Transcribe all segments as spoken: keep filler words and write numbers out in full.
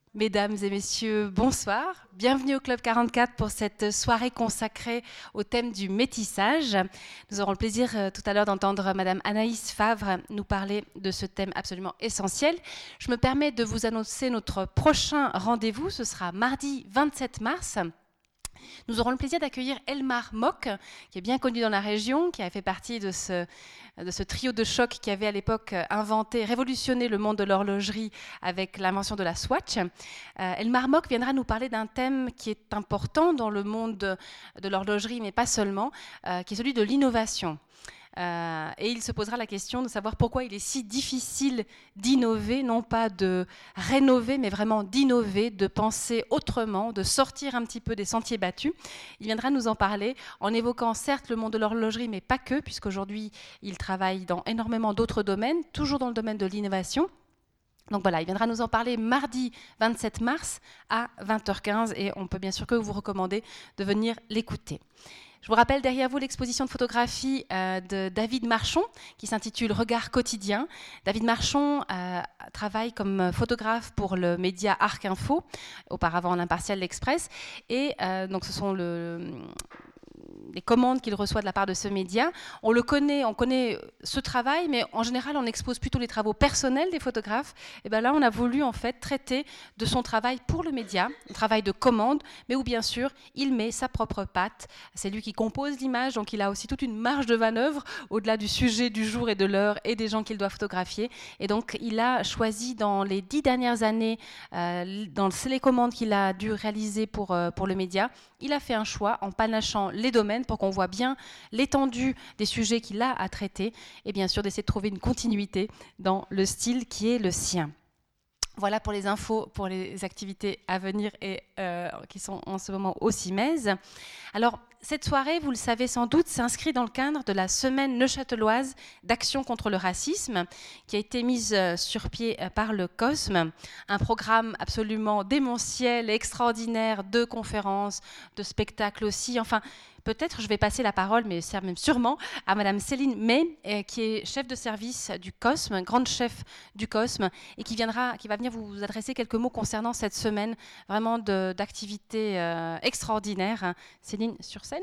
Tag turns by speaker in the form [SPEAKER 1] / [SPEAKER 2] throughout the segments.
[SPEAKER 1] Mesdames et messieurs, bonsoir. Bienvenue au Club quarante-quatre pour cette soirée consacrée au thème du métissage. Nous aurons le plaisir euh, tout à l'heure d'entendre Madame Anaïs Favre nous parler de ce thème absolument essentiel. Je me permets de vous annoncer notre prochain rendez-vous. Ce sera mardi vingt-sept mars. Nous aurons le plaisir d'accueillir Elmar Mock, qui est bien connu dans la région, qui a fait partie de ce, de ce trio de choc qui avait à l'époque inventé, révolutionné le monde de l'horlogerie avec l'invention de la Swatch. Euh, Elmar Mock viendra nous parler d'un thème qui est important dans le monde de, de l'horlogerie, mais pas seulement, euh, qui est celui de l'innovation. Euh, et il se posera la question de savoir pourquoi il est si difficile d'innover, non pas de rénover, mais vraiment d'innover, de penser autrement, de sortir un petit peu des sentiers battus. Il viendra nous en parler en évoquant certes le monde de l'horlogerie, mais pas que, puisqu'aujourd'hui il travaille dans énormément d'autres domaines, toujours dans le domaine de l'innovation. Donc voilà, il viendra nous en parler mardi vingt-sept mars à vingt heures quinze et on peut bien sûr que vous recommander de venir l'écouter. Je vous rappelle derrière vous l'exposition de photographie euh, de David Marchon qui s'intitule Regard quotidien. David Marchon euh, travaille comme photographe pour le média Arc Info, auparavant l'Impartial L'Express. Et euh, donc ce sont le... les commandes qu'il reçoit de la part de ce média. On le connaît, on connaît ce travail, mais en général, on expose plutôt les travaux personnels des photographes. Et bien là, on a voulu en fait traiter de son travail pour le média, un travail de commande, mais où bien sûr, il met sa propre patte. C'est lui qui compose l'image, donc il a aussi toute une marge de manœuvre au-delà du sujet du jour et de l'heure et des gens qu'il doit photographier. Et donc, il a choisi dans les dix dernières années, euh, dans les commandes qu'il a dû réaliser pour, euh, pour le média, il a fait un choix en panachant les domaines pour qu'on voit bien l'étendue des sujets qu'il a à traiter et bien sûr d'essayer de trouver une continuité dans le style qui est le sien. Voilà pour les infos, pour les activités à venir et euh, qui sont en ce moment au CIMES. Alors, cette soirée, vous le savez sans doute, s'inscrit dans le cadre de la semaine neuchâteloise d'action contre le racisme qui a été mise sur pied par le COSME, un programme absolument démentiel et extraordinaire de conférences, de spectacles aussi, enfin... Peut-être je vais passer la parole, mais même sûrement, à Madame Céline May, euh, qui est chef de service du COSME, grande chef du COSME, et qui, viendra, qui va venir vous adresser quelques mots concernant cette semaine vraiment d'activités euh, extraordinaires. Céline, sur scène.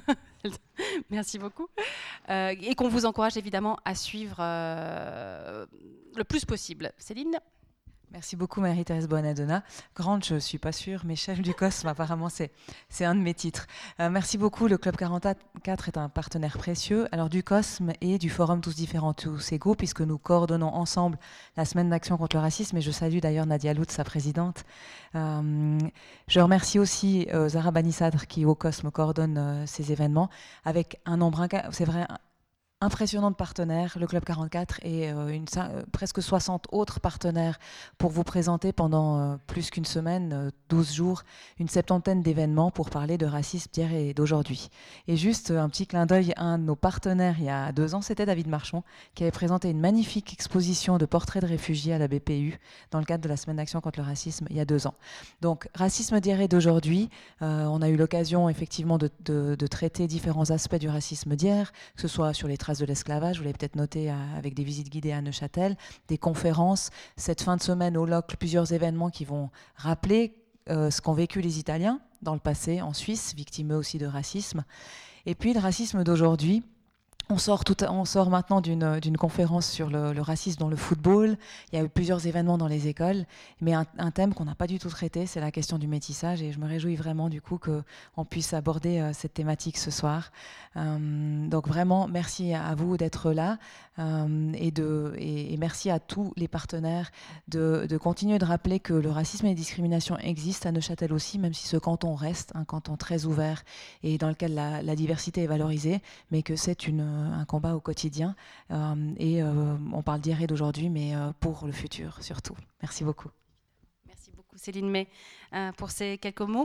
[SPEAKER 1] Merci beaucoup. Euh, et qu'on vous encourage évidemment à suivre euh, le plus possible. Céline ?
[SPEAKER 2] Merci beaucoup Marie-Thérèse Bonadonna. Grande, je ne suis pas sûre, mais chef du COSME, apparemment, c'est, c'est un de mes titres. Euh, merci beaucoup. Le Club quarante-quatre est un partenaire précieux, alors du COSME et du Forum Tous Différents, tous égaux, puisque nous coordonnons ensemble la semaine d'action contre le racisme, et je salue d'ailleurs Nadia Lout, sa présidente. Euh, je remercie aussi euh, Zara Banissadre, qui au COSME coordonne euh, ces événements, avec un nombre, c'est vrai, impressionnant de partenaires, le Club quarante-quatre et euh, une, euh, presque soixante autres partenaires pour vous présenter pendant euh, plus qu'une semaine, euh, douze jours, une septantaine d'événements pour parler de racisme d'hier et d'aujourd'hui. Et juste euh, un petit clin d'œil, un de nos partenaires il y a deux ans, c'était David Marchon, qui avait présenté une magnifique exposition de portraits de réfugiés à la B P U dans le cadre de la Semaine d'action contre le racisme il y a deux ans. Donc, racisme d'hier et d'aujourd'hui, euh, on a eu l'occasion effectivement de, de, de traiter différents aspects du racisme d'hier, que ce soit sur les de l'esclavage, vous l'avez peut-être noté avec des visites guidées à Neuchâtel, des conférences, cette fin de semaine au Locle, plusieurs événements qui vont rappeler euh, ce qu'ont vécu les Italiens dans le passé en Suisse, victimeux aussi de racisme, et puis le racisme d'aujourd'hui. On sort, tout, on sort maintenant d'une, d'une conférence sur le, le racisme dans le football. Il y a eu plusieurs événements dans les écoles, mais un, un thème qu'on n'a pas du tout traité, c'est la question du métissage. Et je me réjouis vraiment du coup qu'on puisse aborder euh, cette thématique ce soir. Euh, donc vraiment, merci à vous d'être là euh, et, de, et, et merci à tous les partenaires de, de continuer de rappeler que le racisme et les discriminations existent à Neuchâtel aussi, même si ce canton reste un canton très ouvert et dans lequel la, la diversité est valorisée, mais que c'est une un combat au quotidien euh, et euh, on parle d'hier et d'aujourd'hui, mais euh, pour le futur surtout. Merci beaucoup.
[SPEAKER 1] Merci beaucoup Céline May euh, pour ces quelques mots.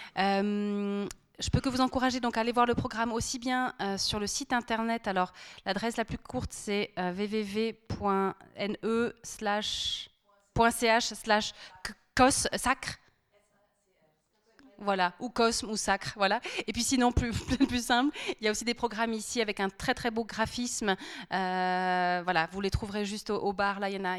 [SPEAKER 1] Euh, je peux que vous encourager donc à aller voir le programme aussi bien euh, sur le site internet. Alors l'adresse la plus courte c'est euh, w w w point ne slash ch slash cos sacre. Voilà, ou Cosme ou Sacre, voilà. Et puis sinon, plus, plus simple, il y a aussi des programmes ici avec un très très beau graphisme. Euh, voilà, vous les trouverez juste au, au bar, là, il y en a, il y en a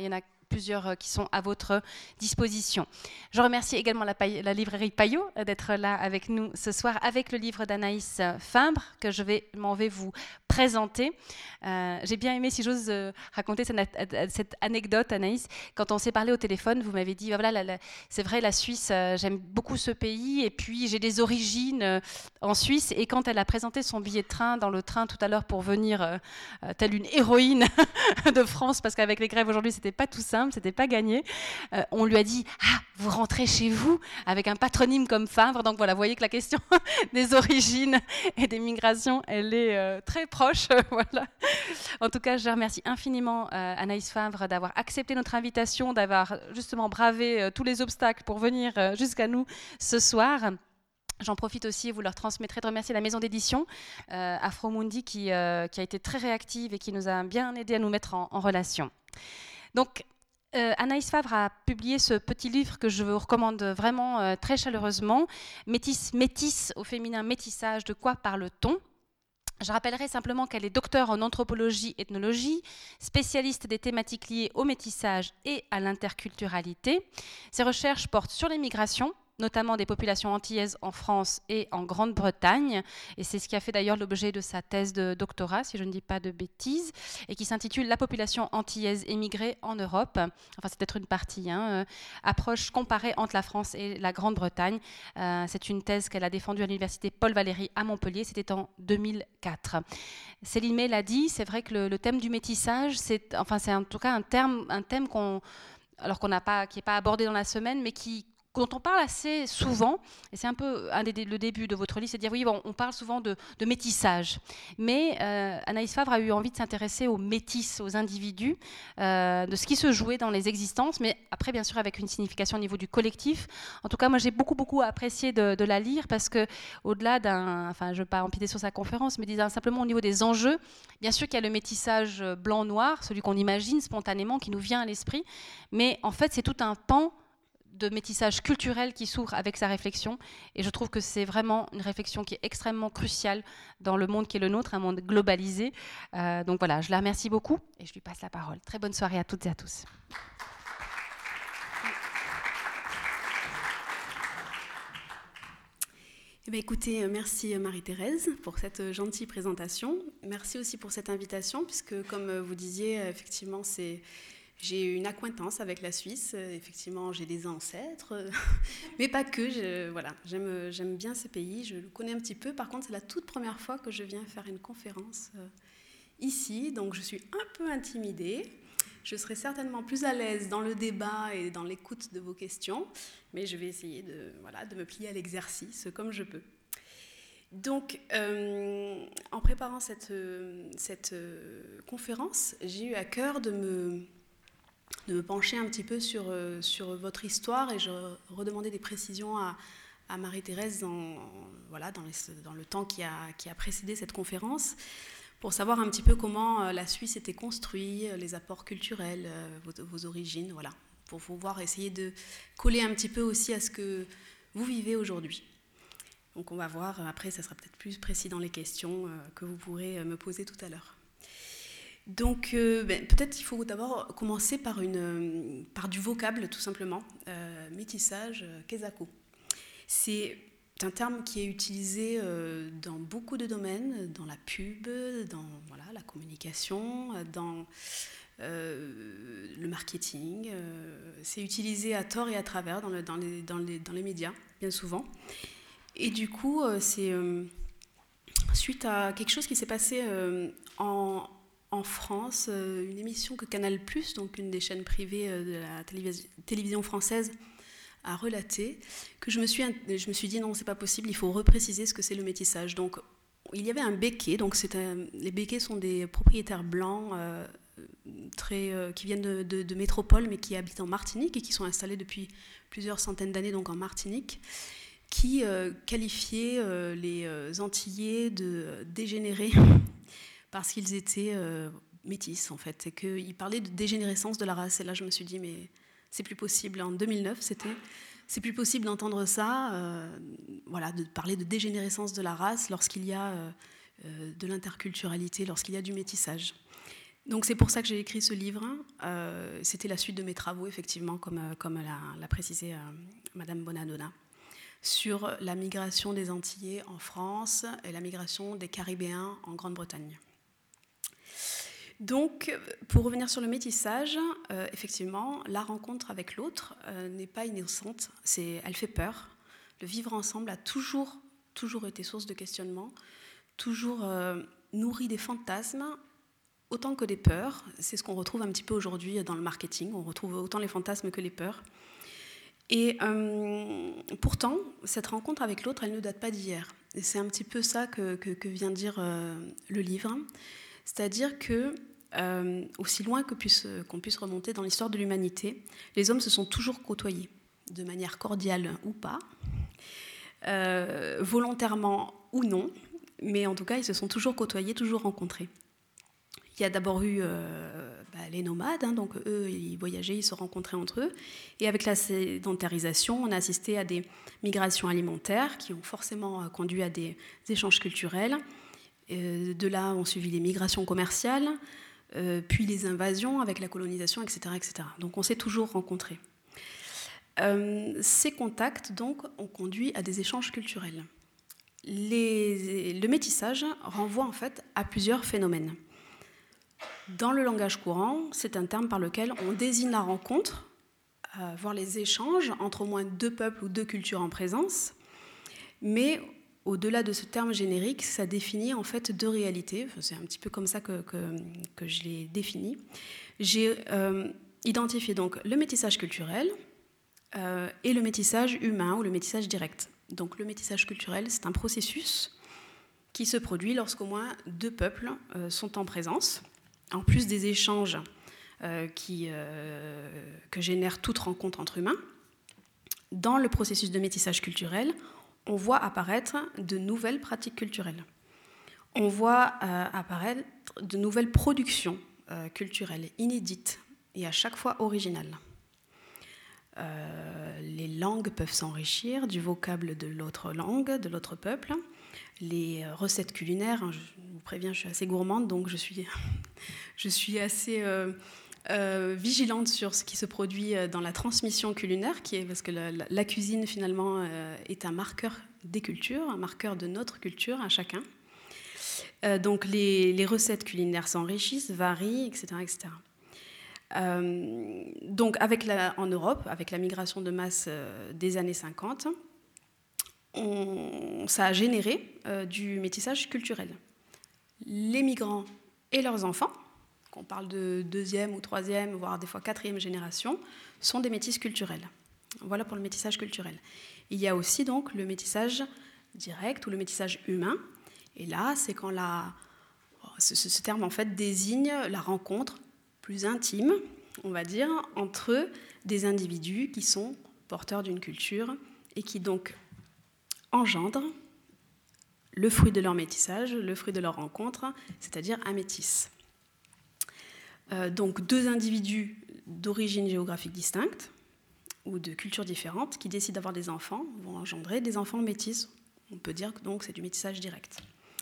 [SPEAKER 1] plusieurs qui sont à votre disposition. Je remercie également la, la librairie Payot d'être là avec nous ce soir, avec le livre d'Anaïs Fabre, que je vais, m'en vais vous présenter. Euh, j'ai bien aimé, si j'ose euh, raconter cette, cette anecdote, Anaïs. Quand on s'est parlé au téléphone, vous m'avez dit, voilà, la, la, c'est vrai, la Suisse, euh, j'aime beaucoup ce pays, et puis j'ai des origines euh, en Suisse. Et quand elle a présenté son billet de train dans le train tout à l'heure pour venir, euh, euh, telle une héroïne de France, parce qu'avec les grèves aujourd'hui, c'était pas tout simple, c'était pas gagné, euh, on lui a dit, ah, vous rentrez chez vous avec un patronyme comme Fabre. Donc voilà, vous voyez que la question des origines et des migrations, elle est euh, très proche. Voilà. En tout cas, je remercie infiniment euh, Anaïs Fabre d'avoir accepté notre invitation, d'avoir justement bravé euh, tous les obstacles pour venir euh, jusqu'à nous ce soir. J'en profite aussi, vous leur transmettrez, de remercier la maison d'édition euh, Afromundi qui, euh, qui a été très réactive et qui nous a bien aidé à nous mettre en, en relation. Donc, euh, Anaïs Fabre a publié ce petit livre que je vous recommande vraiment euh, très chaleureusement, Métis, métis au féminin, métissage, de quoi parle-t-on ? Je rappellerai simplement qu'elle est docteure en anthropologie et ethnologie, spécialiste des thématiques liées au métissage et à l'interculturalité. Ses recherches portent sur les migrations, notamment des populations antillaises en France et en Grande-Bretagne. Et c'est ce qui a fait d'ailleurs l'objet de sa thèse de doctorat, si je ne dis pas de bêtises, et qui s'intitule « La population antillaise émigrée en Europe ». Enfin, c'est peut-être une partie. Hein, euh, approche comparée entre la France et la Grande-Bretagne. Euh, c'est une thèse qu'elle a défendue à l'université Paul Valéry à Montpellier. C'était en deux mille quatre. Céline May l'a dit, c'est vrai que le, le thème du métissage, c'est, enfin, c'est en tout cas un, terme, un thème qu'on, alors qu'on n'a pas, qui n'est pas abordé dans la semaine, mais qui dont on parle assez souvent, et c'est un peu un des, le début de votre livre, c'est de dire, oui, bon, on parle souvent de, de métissage, mais euh, Anaïs Fabre a eu envie de s'intéresser aux métis, aux individus, euh, de ce qui se jouait dans les existences, mais après, bien sûr, avec une signification au niveau du collectif. En tout cas, moi, j'ai beaucoup, beaucoup apprécié de, de la lire, parce que au-delà d'un, enfin, je ne veux pas empiéter sur sa conférence, mais disons simplement au niveau des enjeux, bien sûr qu'il y a le métissage blanc-noir, celui qu'on imagine spontanément, qui nous vient à l'esprit, mais en fait, c'est tout un pan de métissage culturel qui s'ouvre avec sa réflexion, et je trouve que c'est vraiment une réflexion qui est extrêmement cruciale dans le monde qui est le nôtre, un monde globalisé. Euh, donc voilà, je la remercie beaucoup et je lui passe la parole. Très bonne soirée à toutes et à tous.
[SPEAKER 3] Eh bien, écoutez, merci Marie-Thérèse pour cette gentille présentation. Merci aussi pour cette invitation, puisque comme vous disiez, effectivement, c'est j'ai une accointance avec la Suisse, effectivement j'ai des ancêtres, mais pas que, je, voilà, j'aime, j'aime bien ce pays, je le connais un petit peu. Par contre, c'est la toute première fois que je viens faire une conférence euh, ici, donc je suis un peu intimidée. Je serai certainement plus à l'aise dans le débat et dans l'écoute de vos questions, mais je vais essayer de, voilà, de me plier à l'exercice comme je peux. Donc, euh, en préparant cette, cette conférence, j'ai eu à cœur de me... de me pencher un petit peu sur, euh, sur votre histoire, et je redemandais des précisions à, à Marie-Thérèse dans, voilà, dans, les, dans le temps qui a, qui a précédé cette conférence, pour savoir un petit peu comment euh, la Suisse était construite, les apports culturels, euh, vos, vos origines, voilà, pour pouvoir essayer de coller un petit peu aussi à ce que vous vivez aujourd'hui. Donc on va voir, après ça sera peut-être plus précis dans les questions euh, que vous pourrez me poser tout à l'heure. Donc, euh, ben, peut-être il faut d'abord commencer par, une, par du vocable, tout simplement. Euh, métissage, euh, kezako. C'est un terme qui est utilisé euh, dans beaucoup de domaines, dans la pub, dans voilà, la communication, dans euh, le marketing. Euh, c'est utilisé à tort et à travers dans, le, dans, les, dans, les, dans les médias, bien souvent. Et du coup, euh, c'est euh, suite à quelque chose qui s'est passé euh, en... en France, une émission que Canal plus, donc une des chaînes privées de la télévis- télévision française, a relaté, que je me suis, je me suis dit non, c'est pas possible, il faut repréciser ce que c'est le métissage. Donc, il y avait un béquet, donc c'est un, les béquets sont des propriétaires blancs euh, très, euh, qui viennent de, de, de métropole, mais qui habitent en Martinique et qui sont installés depuis plusieurs centaines d'années donc en Martinique, qui euh, qualifiaient euh, les euh, Antillais de dégénérés, parce qu'ils étaient euh, métis, en fait, et qu'ils parlaient de dégénérescence de la race. Et là, je me suis dit, mais c'est plus possible. En deux mille neuf, c'était, c'est plus possible d'entendre ça, euh, voilà, de parler de dégénérescence de la race lorsqu'il y a euh, de l'interculturalité, lorsqu'il y a du métissage. Donc c'est pour ça que j'ai écrit ce livre. Euh, c'était la suite de mes travaux, effectivement, comme, comme l'a, l'a précisé euh, Madame Bonadonna, sur la migration des Antillais en France et la migration des Caribéens en Grande-Bretagne. Donc, pour revenir sur le métissage, euh, effectivement, la rencontre avec l'autre euh, n'est pas innocente, c'est, elle fait peur. Le vivre ensemble a toujours, toujours été source de questionnement, toujours euh, nourri des fantasmes, autant que des peurs. C'est ce qu'on retrouve un petit peu aujourd'hui dans le marketing, on retrouve autant les fantasmes que les peurs. Et euh, pourtant, cette rencontre avec l'autre, elle ne date pas d'hier. Et c'est un petit peu ça que, que, que vient dire euh, le livre. C'est-à-dire que, euh, aussi loin que puisse, qu'on puisse remonter dans l'histoire de l'humanité, les hommes se sont toujours côtoyés, de manière cordiale ou pas, euh, volontairement ou non, mais en tout cas, ils se sont toujours côtoyés, toujours rencontrés. Il y a d'abord eu euh, bah, les nomades, hein, donc eux, ils voyageaient, ils se rencontraient entre eux. Et avec la sédentarisation, on a assisté à des migrations alimentaires qui ont forcément conduit à des échanges culturels. Euh, de là, ont suivi les migrations commerciales, euh, puis les invasions avec la colonisation, et cetera, et cetera. Donc on s'est toujours rencontrés. Euh, ces contacts, donc, ont conduit à des échanges culturels. Les, le métissage renvoie en fait à plusieurs phénomènes. Dans le langage courant, c'est un terme par lequel on désigne la rencontre, euh, voire les échanges entre au moins deux peuples ou deux cultures en présence, mais au-delà de ce terme générique, ça définit en fait deux réalités. Enfin, c'est un petit peu comme ça que, que, que je l'ai défini. J'ai euh, identifié donc le métissage culturel euh, et le métissage humain ou le métissage direct. Donc le métissage culturel, c'est un processus qui se produit lorsqu'au moins deux peuples euh, sont en présence, en plus des échanges euh, qui, euh, que génère toute rencontre entre humains. Dans le processus de métissage culturel, on voit apparaître de nouvelles pratiques culturelles. On voit euh, apparaître de nouvelles productions euh, culturelles inédites et à chaque fois originales. Euh, les langues peuvent s'enrichir du vocable de l'autre langue, de l'autre peuple. Les recettes culinaires, hein, je vous préviens, je suis assez gourmande, donc je suis, je suis assez... Euh, Euh, vigilante sur ce qui se produit dans la transmission culinaire, qui est, parce que la, la cuisine finalement euh, est un marqueur des cultures, un marqueur de notre culture à chacun. Euh, donc les, les recettes culinaires s'enrichissent, varient, et cetera, et cetera. Euh, donc avec la, en Europe, avec la migration de masse euh, des années cinquante, on, ça a généré euh, du métissage culturel. Les migrants et leurs enfants, on parle de deuxième ou troisième, voire des fois quatrième génération, sont des métis culturels. Voilà pour le métissage culturel. Il y a aussi donc le métissage direct ou le métissage humain. Et là, c'est quand la, ce, ce terme en fait désigne la rencontre plus intime, on va dire, entre des individus qui sont porteurs d'une culture et qui donc engendrent le fruit de leur métissage, le fruit de leur rencontre, c'est-à-dire un métis. Euh, donc deux individus d'origine géographique distincte ou de cultures différentes qui décident d'avoir des enfants vont engendrer des enfants métis. On peut dire que donc c'est du métissage direct.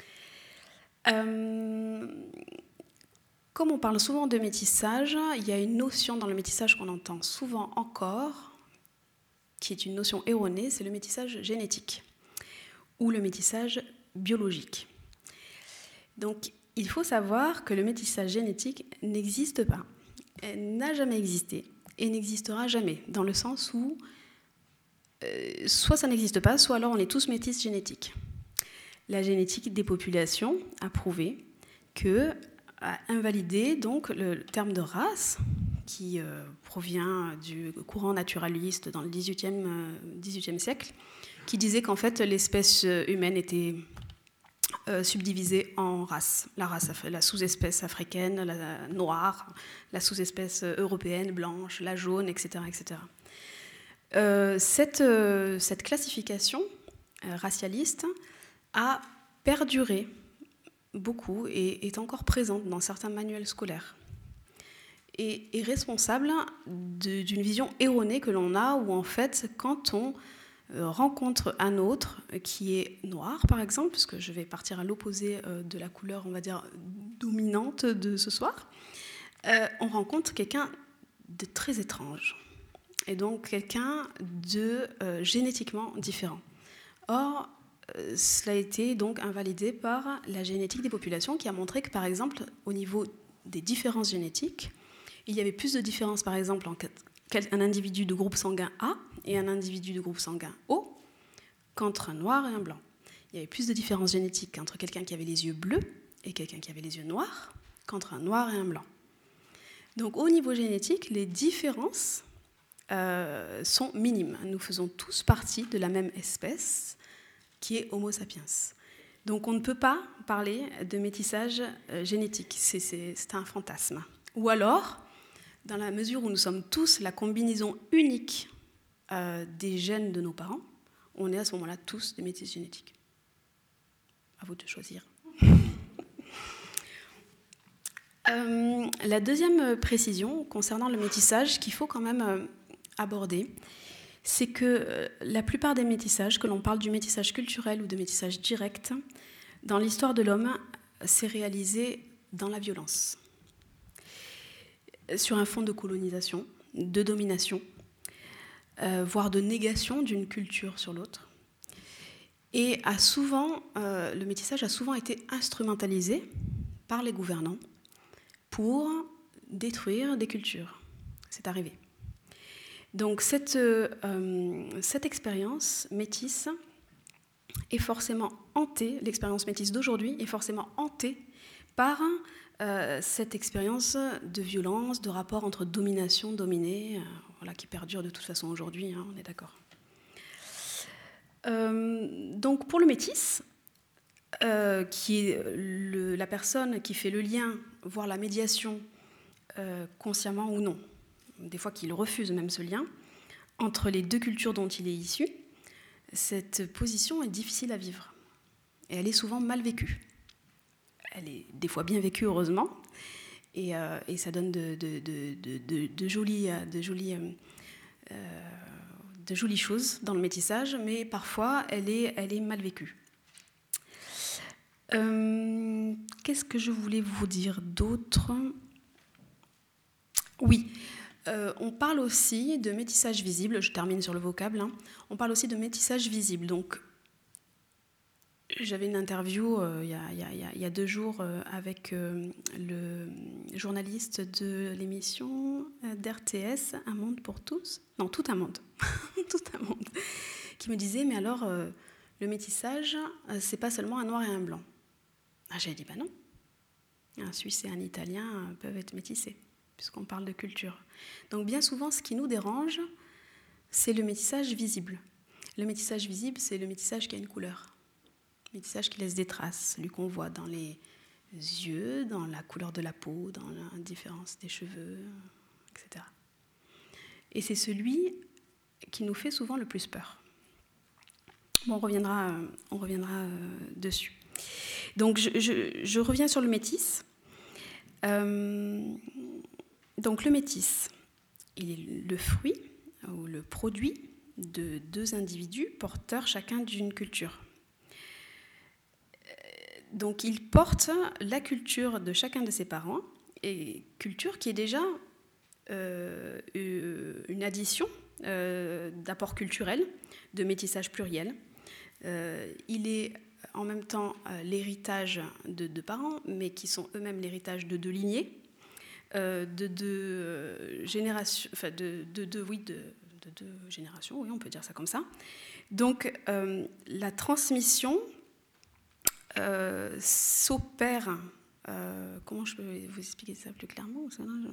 [SPEAKER 3] Euh, comme on parle souvent de métissage, il y a une notion dans le métissage qu'on entend souvent encore, qui est une notion erronée, c'est le métissage génétique ou le métissage biologique. Donc il faut savoir que le métissage génétique n'existe pas, n'a jamais existé et n'existera jamais, dans le sens où euh, soit ça n'existe pas, soit alors on est tous métis génétiques. La génétique des populations a prouvé que, a invalidé donc le terme de race, qui euh, provient du courant naturaliste dans le dix-huitième, euh, dix-huitième siècle, qui disait qu'en fait l'espèce humaine était Euh, subdivisée en races. La race, la sous-espèce africaine, la noire, la sous-espèce européenne, blanche, la jaune, et cetera, et cetera. Euh, cette, euh, cette classification euh, racialiste a perduré beaucoup et est encore présente dans certains manuels scolaires. Et est responsable de, d'une vision erronée que l'on a, où en fait, quand on rencontre un autre qui est noir, par exemple, parce que je vais partir à l'opposé de la couleur, on va dire, dominante de ce soir, euh, on rencontre quelqu'un de très étrange, et donc quelqu'un de euh, génétiquement différent. Or, euh, cela a été donc invalidé par la génétique des populations, qui a montré que, par exemple, au niveau des différences génétiques, il y avait plus de différences, par exemple, entre un individu de groupe sanguin A et un individu de groupe sanguin O qu'entre un noir et un blanc. Il y avait plus de différences génétiques entre quelqu'un qui avait les yeux bleus et quelqu'un qui avait les yeux noirs qu'entre un noir et un blanc. Donc au niveau génétique, les différences euh, sont minimes. Nous faisons tous partie de la même espèce qui est Homo sapiens. Donc on ne peut pas parler de métissage euh, génétique, c'est, c'est, c'est un fantasme. Ou alors, dans la mesure où nous sommes tous la combinaison unique euh, des gènes de nos parents, on est à ce moment-là tous des métis génétiques. À vous de choisir. euh, la deuxième précision concernant le métissage qu'il faut quand même euh, aborder, c'est que euh, la plupart des métissages, que l'on parle du métissage culturel ou de métissage direct, dans l'histoire de l'homme, c'est réalisé dans la violence, sur un fond de colonisation, de domination, euh, voire de négation d'une culture sur l'autre. Et a souvent, euh, le métissage a souvent été instrumentalisé par les gouvernants pour détruire des cultures. C'est arrivé. Donc cette, euh, cette expérience métisse est forcément hantée, l'expérience métisse d'aujourd'hui est forcément hantée par euh, cette expérience de violence, de rapport entre domination, dominé, euh, voilà, qui perdure de toute façon aujourd'hui, hein, on est d'accord. Euh, donc pour le métis, euh, qui est le, la personne qui fait le lien, voire la médiation, euh, consciemment ou non, des fois qu'il refuse même ce lien, entre les deux cultures dont il est issu, cette position est difficile à vivre. Et elle est souvent mal vécue. Elle est des fois bien vécue, heureusement, et, euh, et ça donne de, de, de, de, de, de jolies, de, jolies, euh, de jolies choses dans le métissage, mais parfois elle est, elle est mal vécue. Euh, qu'est-ce que je voulais vous dire d'autre ? Oui, euh, on parle aussi de métissage visible, je termine sur le vocable, hein. On parle aussi de métissage visible, donc j'avais une interview euh, il, y a, il, y a, il y a deux jours euh, avec euh, le journaliste de l'émission d'R T S, Un monde pour tous, non, tout un monde, tout un monde, qui me disait, mais alors, euh, le métissage, euh, c'est pas seulement un noir et un blanc. Ah, j'ai dit, bah non, un Suisse et un Italien euh, peuvent être métissés, puisqu'on parle de culture. Donc bien souvent, ce qui nous dérange, c'est le métissage visible. Le métissage visible, c'est le métissage qui a une couleur. Métissage qui laisse des traces, celui qu'on voit dans les yeux, dans la couleur de la peau, dans la différence des cheveux, et cetera. Et c'est celui qui nous fait souvent le plus peur. Bon, on reviendra, on reviendra euh, dessus. Donc, je, je, je reviens sur le métis. Euh, donc, le métis, il est le fruit ou le produit de deux individus porteurs chacun d'une culture. Donc, il porte la culture de chacun de ses parents, et culture qui est déjà euh, une addition euh, d'apports culturels, de métissage pluriel. Euh, il est en même temps euh, l'héritage de deux parents, mais qui sont eux-mêmes l'héritage de deux lignées, euh, de deux euh, générations, enfin de, de, de, oui, de, de deux générations, oui, on peut dire ça comme ça. Donc, euh, la transmission Euh, s'opère, euh, comment je peux vous expliquer ça plus clairement ?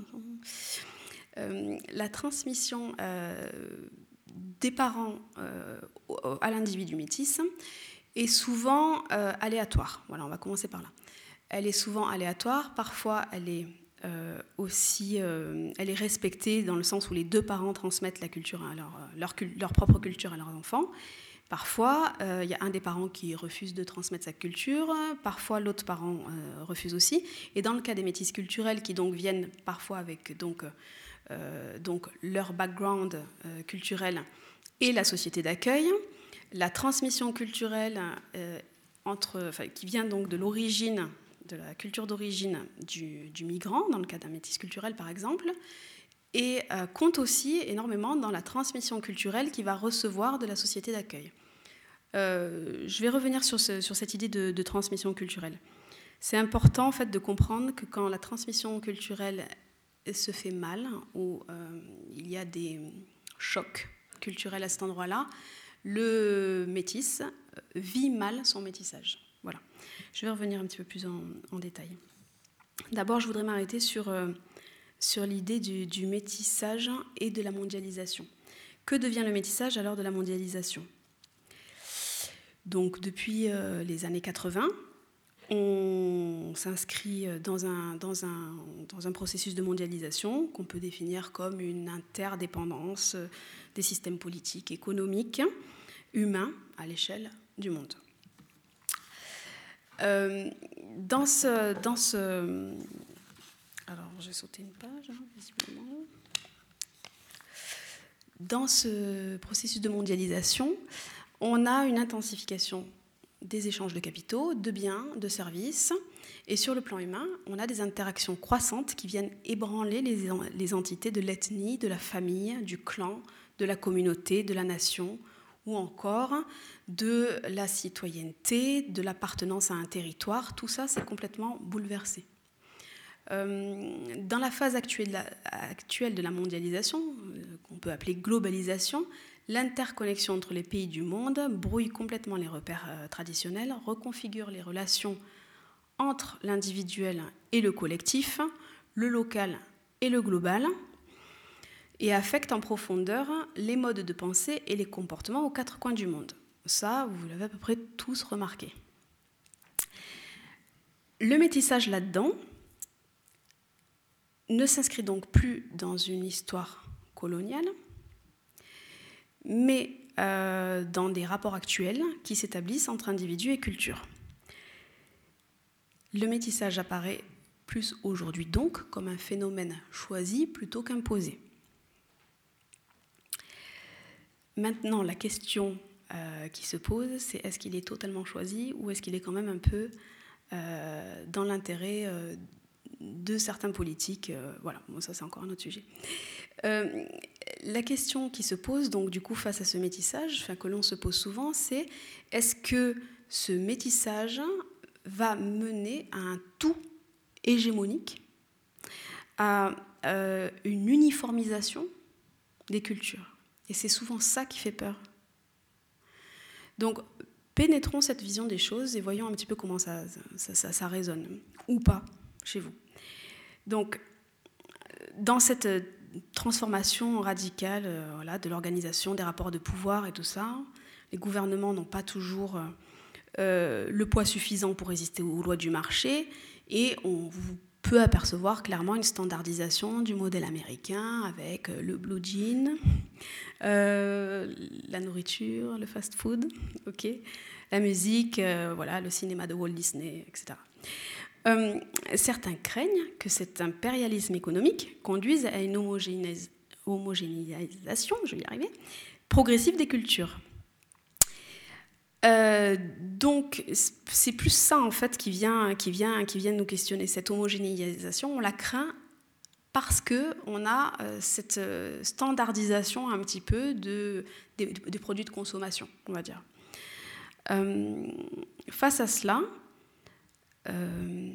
[SPEAKER 3] euh, La transmission euh, des parents euh, à l'individu métis est souvent euh, aléatoire. Voilà, on va commencer par là. Elle est souvent aléatoire, parfois elle est euh, aussi, euh, elle est respectée dans le sens où les deux parents transmettent la culture à leur, leur, leur propre culture à leurs enfants. Parfois, il euh, y a un des parents qui refuse de transmettre sa culture, parfois l'autre parent euh, refuse aussi. Et dans le cas des métis culturels qui donc viennent parfois avec donc, euh, donc leur background euh, culturel et la société d'accueil, la transmission culturelle euh, entre, enfin, qui vient donc de l'origine de la culture d'origine du, du migrant, dans le cas d'un métis culturel par exemple, et euh, compte aussi énormément dans la transmission culturelle qu'il va recevoir de la société d'accueil. Euh, je vais revenir sur, ce, sur cette idée de, de transmission culturelle. C'est important en fait, de comprendre que quand la transmission culturelle se fait mal, ou euh, il y a des chocs culturels à cet endroit-là, le métis vit mal son métissage. Voilà. Je vais revenir un petit peu plus en, en détail. D'abord, je voudrais m'arrêter sur, euh, sur l'idée du, du métissage et de la mondialisation. Que devient le métissage à l'heure de la mondialisation ? Donc, depuis euh, les années quatre-vingts, on s'inscrit dans un, dans, un, dans un processus de mondialisation qu'on peut définir comme une interdépendance des systèmes politiques, économiques, humains à l'échelle du monde. Euh, dans ce, dans ce... Alors, j'ai sauté une page, hein, visiblement. Dans ce processus de mondialisation, on a une intensification des échanges de capitaux, de biens, de services. Et sur le plan humain, on a des interactions croissantes qui viennent ébranler les, les entités de l'ethnie, de la famille, du clan, de la communauté, de la nation, ou encore de la citoyenneté, de l'appartenance à un territoire. Tout ça, c'est complètement bouleversé. Euh, dans la phase actuelle de la, actuelle de la mondialisation, euh, qu'on peut appeler globalisation, l'interconnexion entre les pays du monde brouille complètement les repères euh, traditionnels, reconfigure les relations entre l'individuel et le collectif, le local et le global, et affecte en profondeur les modes de pensée et les comportements aux quatre coins du monde. Ça, vous l'avez à peu près tous remarqué. Le métissage là-dedans ne s'inscrit donc plus dans une histoire coloniale, mais euh, dans des rapports actuels qui s'établissent entre individus et culture. Le métissage apparaît plus aujourd'hui donc comme un phénomène choisi plutôt qu'imposé. Maintenant, la question euh, qui se pose, c'est est-ce qu'il est totalement choisi ou est-ce qu'il est quand même un peu euh, dans l'intérêt euh, de certains politiques euh, Voilà, bon, ça c'est encore un autre sujet. Euh, la question qui se pose, donc du coup, face à ce métissage, enfin, que l'on se pose souvent, c'est est-ce que ce métissage va mener à un tout hégémonique, à euh, une uniformisation des cultures ? Et c'est souvent ça qui fait peur. Donc, pénétrons cette vision des choses et voyons un petit peu comment ça, ça, ça, ça résonne, ou pas, chez vous. Donc, dans cette transformation radicale euh, voilà, de l'organisation, des rapports de pouvoir et tout ça, les gouvernements n'ont pas toujours euh, le poids suffisant pour résister aux lois du marché, et on vous peut apercevoir clairement une standardisation du modèle américain avec le blue jean, euh, la nourriture, le fast-food, okay, la musique, euh, voilà, le cinéma de Walt Disney, et cetera. Euh, certains craignent que cet impérialisme économique conduise à une homogénéis- homogénéisation, je vais y arriver, progressive des cultures. Euh, donc, c'est plus ça en fait qui vient, qui vient, qui vient nous questionner. Cette homogénéisation, on la craint parce que on a euh, cette standardisation un petit peu de, des, des produits de consommation, on va dire. Euh, face à cela, euh,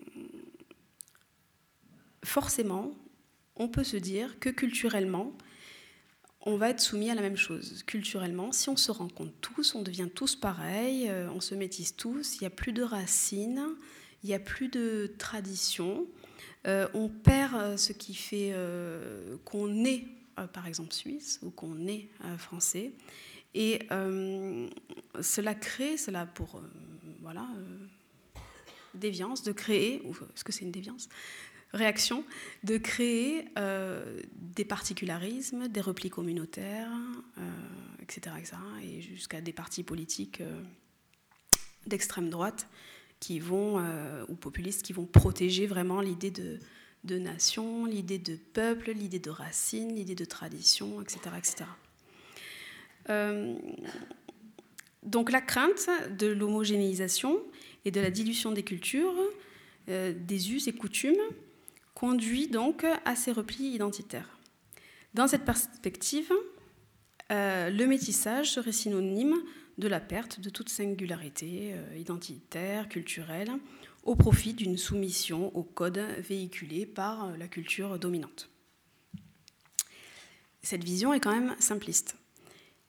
[SPEAKER 3] forcément, on peut se dire que culturellement, on va être soumis à la même chose. Culturellement, si on se rencontre tous, on devient tous pareils, euh, on se métisse tous, il n'y a plus de racines, il n'y a plus de tradition, euh, on perd ce qui fait euh, qu'on est, euh, par exemple, suisse, ou qu'on est euh, français, et euh, cela crée, cela pour, euh, voilà, euh, déviance, de créer, ou est-ce que c'est une déviance ? Réaction, de créer euh, des particularismes, des replis communautaires, euh, et cetera, et cetera, et jusqu'à des partis politiques euh, d'extrême droite qui vont, euh, ou populistes, qui vont protéger vraiment l'idée de, de nation, l'idée de peuple, l'idée de racine, l'idée de tradition, et cetera, et cetera. Euh, donc la crainte de l'homogénéisation et de la dilution des cultures euh, des us et coutumes conduit donc à ces replis identitaires. Dans cette perspective, euh, le métissage serait synonyme de la perte de toute singularité euh, identitaire, culturelle, au profit d'une soumission au code véhiculé par la culture dominante. Cette vision est quand même simpliste. Pourquoi ?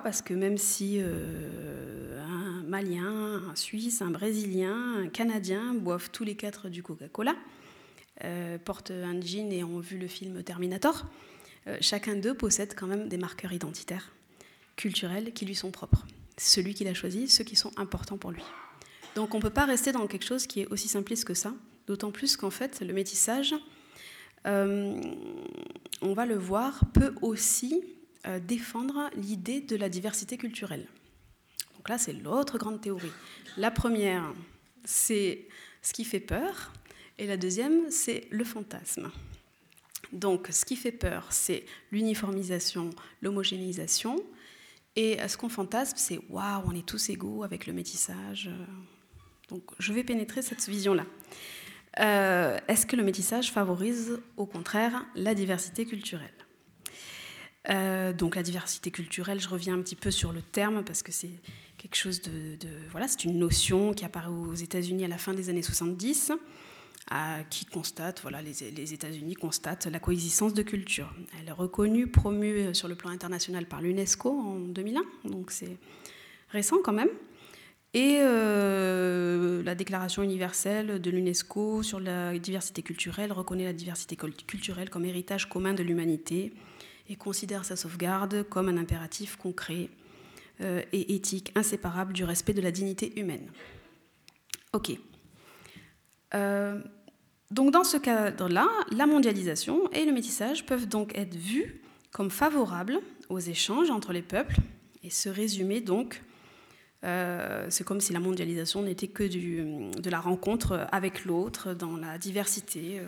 [SPEAKER 3] Parce que même si euh, un Malien, un Suisse, un Brésilien, un Canadien boivent tous les quatre du Coca-Cola, euh, portent un jean et ont vu le film Terminator, euh, chacun d'eux possède quand même des marqueurs identitaires, culturels, qui lui sont propres. Celui qu'il a choisi, ceux qui sont importants pour lui. Donc on ne peut pas rester dans quelque chose qui est aussi simpliste que ça, d'autant plus qu'en fait, le métissage, euh, on va le voir, peut aussi euh, défendre l'idée de la diversité culturelle. Donc là, c'est l'autre grande théorie. La première, c'est ce qui fait peur, et la deuxième, c'est le fantasme. Donc ce qui fait peur, c'est l'uniformisation, l'homogénéisation, et ce qu'on fantasme, c'est « waouh, on est tous égaux avec le métissage ». Donc, je vais pénétrer cette vision-là. Euh, est-ce que le métissage favorise, au contraire, la diversité culturelle ? euh, Donc, la diversité culturelle, je reviens un petit peu sur le terme, parce que c'est quelque chose de... de voilà, c'est une notion qui apparaît aux États-Unis à la fin des années soixante-dix, à, qui constate, voilà, les, les États-Unis constatent la coexistence de cultures. Elle est reconnue, promue sur le plan international par l'UNESCO en deux mille un, donc c'est récent quand même. Et euh, la Déclaration universelle de l'UNESCO sur la diversité culturelle reconnaît la diversité culturelle comme héritage commun de l'humanité et considère sa sauvegarde comme un impératif concret euh, et éthique inséparable du respect de la dignité humaine. Ok. Euh, donc dans ce cadre-là, la mondialisation et le métissage peuvent donc être vus comme favorables aux échanges entre les peuples et se résumer donc... Euh, c'est comme si la mondialisation n'était que du, de la rencontre avec l'autre, dans la diversité, euh,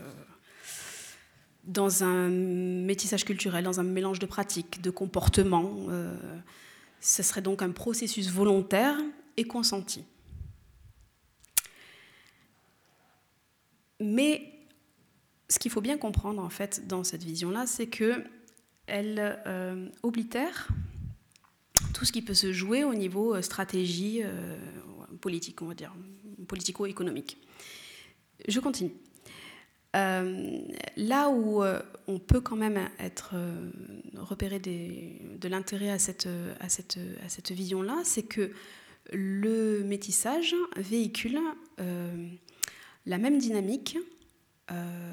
[SPEAKER 3] dans un métissage culturel, dans un mélange de pratiques, de comportements. Euh, ce serait donc un processus volontaire et consenti. Mais ce qu'il faut bien comprendre en fait dans cette vision-là, c'est qu'elle euh, oblitère tout ce qui peut se jouer au niveau stratégie euh, politique, on va dire, politico-économique. Je continue. Euh, là où euh, on peut quand même être euh, repérer des, de l'intérêt à cette, à cette, à cette vision-là, c'est que le métissage véhicule euh, la même dynamique, euh,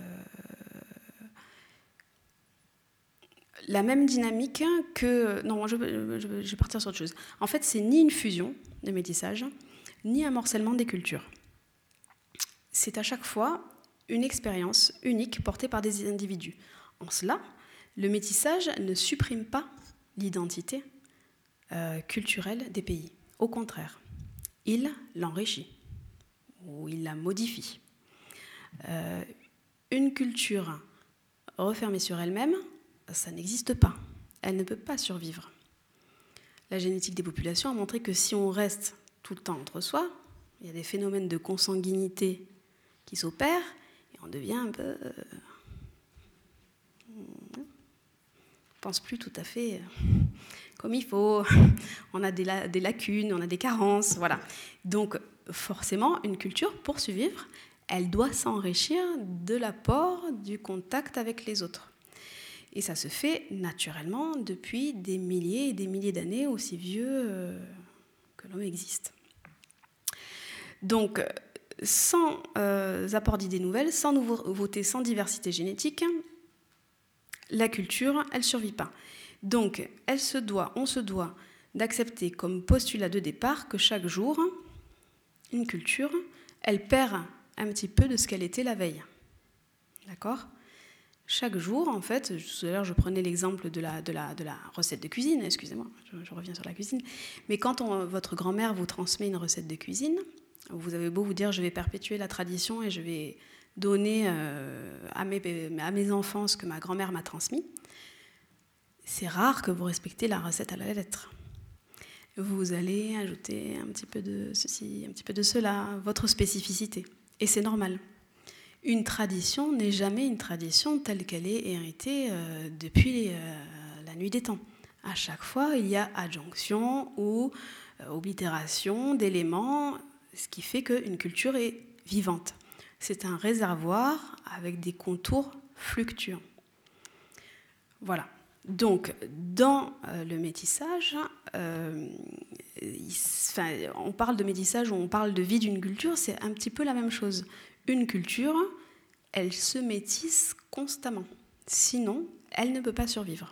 [SPEAKER 3] la même dynamique que... Non, je, je, je vais partir sur autre chose. En fait, c'est ni une fusion de métissage, ni un morcellement des cultures. C'est à chaque fois une expérience unique portée par des individus. En cela, le métissage ne supprime pas l'identité euh, culturelle des pays. Au contraire, il l'enrichit ou il la modifie. Euh, une culture refermée sur elle-même, ça n'existe pas. Elle ne peut pas survivre. La génétique des populations a montré que si on reste tout le temps entre soi, il y a des phénomènes de consanguinité qui s'opèrent et on devient un peu... Euh, on ne pense plus tout à fait comme il faut. On a des, la, des lacunes, on a des carences, voilà. Donc forcément, une culture, pour survivre, elle doit s'enrichir de l'apport du contact avec les autres. Et ça se fait naturellement depuis des milliers et des milliers d'années, aussi vieux euh, que l'homme existe. Donc, sans euh, apport d'idées nouvelles, sans nouveautés, sans diversité génétique, la culture, elle ne survit pas. Donc, elle se doit, on se doit d'accepter comme postulat de départ que chaque jour, une culture, elle perd un petit peu de ce qu'elle était la veille. D'accord ? Chaque jour, en fait, tout à l'heure je prenais l'exemple de la, de la, de la recette de cuisine, excusez-moi, je, je reviens sur la cuisine, mais quand on, votre grand-mère vous transmet une recette de cuisine, vous avez beau vous dire je vais perpétuer la tradition et je vais donner euh, à, mes, à mes enfants ce que ma grand-mère m'a transmis, c'est rare que vous respectez la recette à la lettre. Vous allez ajouter un petit peu de ceci, un petit peu de cela, votre spécificité. Et c'est normal. Une tradition n'est jamais une tradition telle qu'elle est héritée euh, depuis euh, la nuit des temps. À chaque fois, il y a adjonction ou euh, oblitération d'éléments, ce qui fait qu'une culture est vivante. C'est un réservoir avec des contours fluctuants. Voilà. Donc, dans euh, le métissage, euh, il, enfin, on parle de métissage ou on parle de vie d'une culture, c'est un petit peu la même chose. Une culture, elle se métisse constamment. Sinon, elle ne peut pas survivre.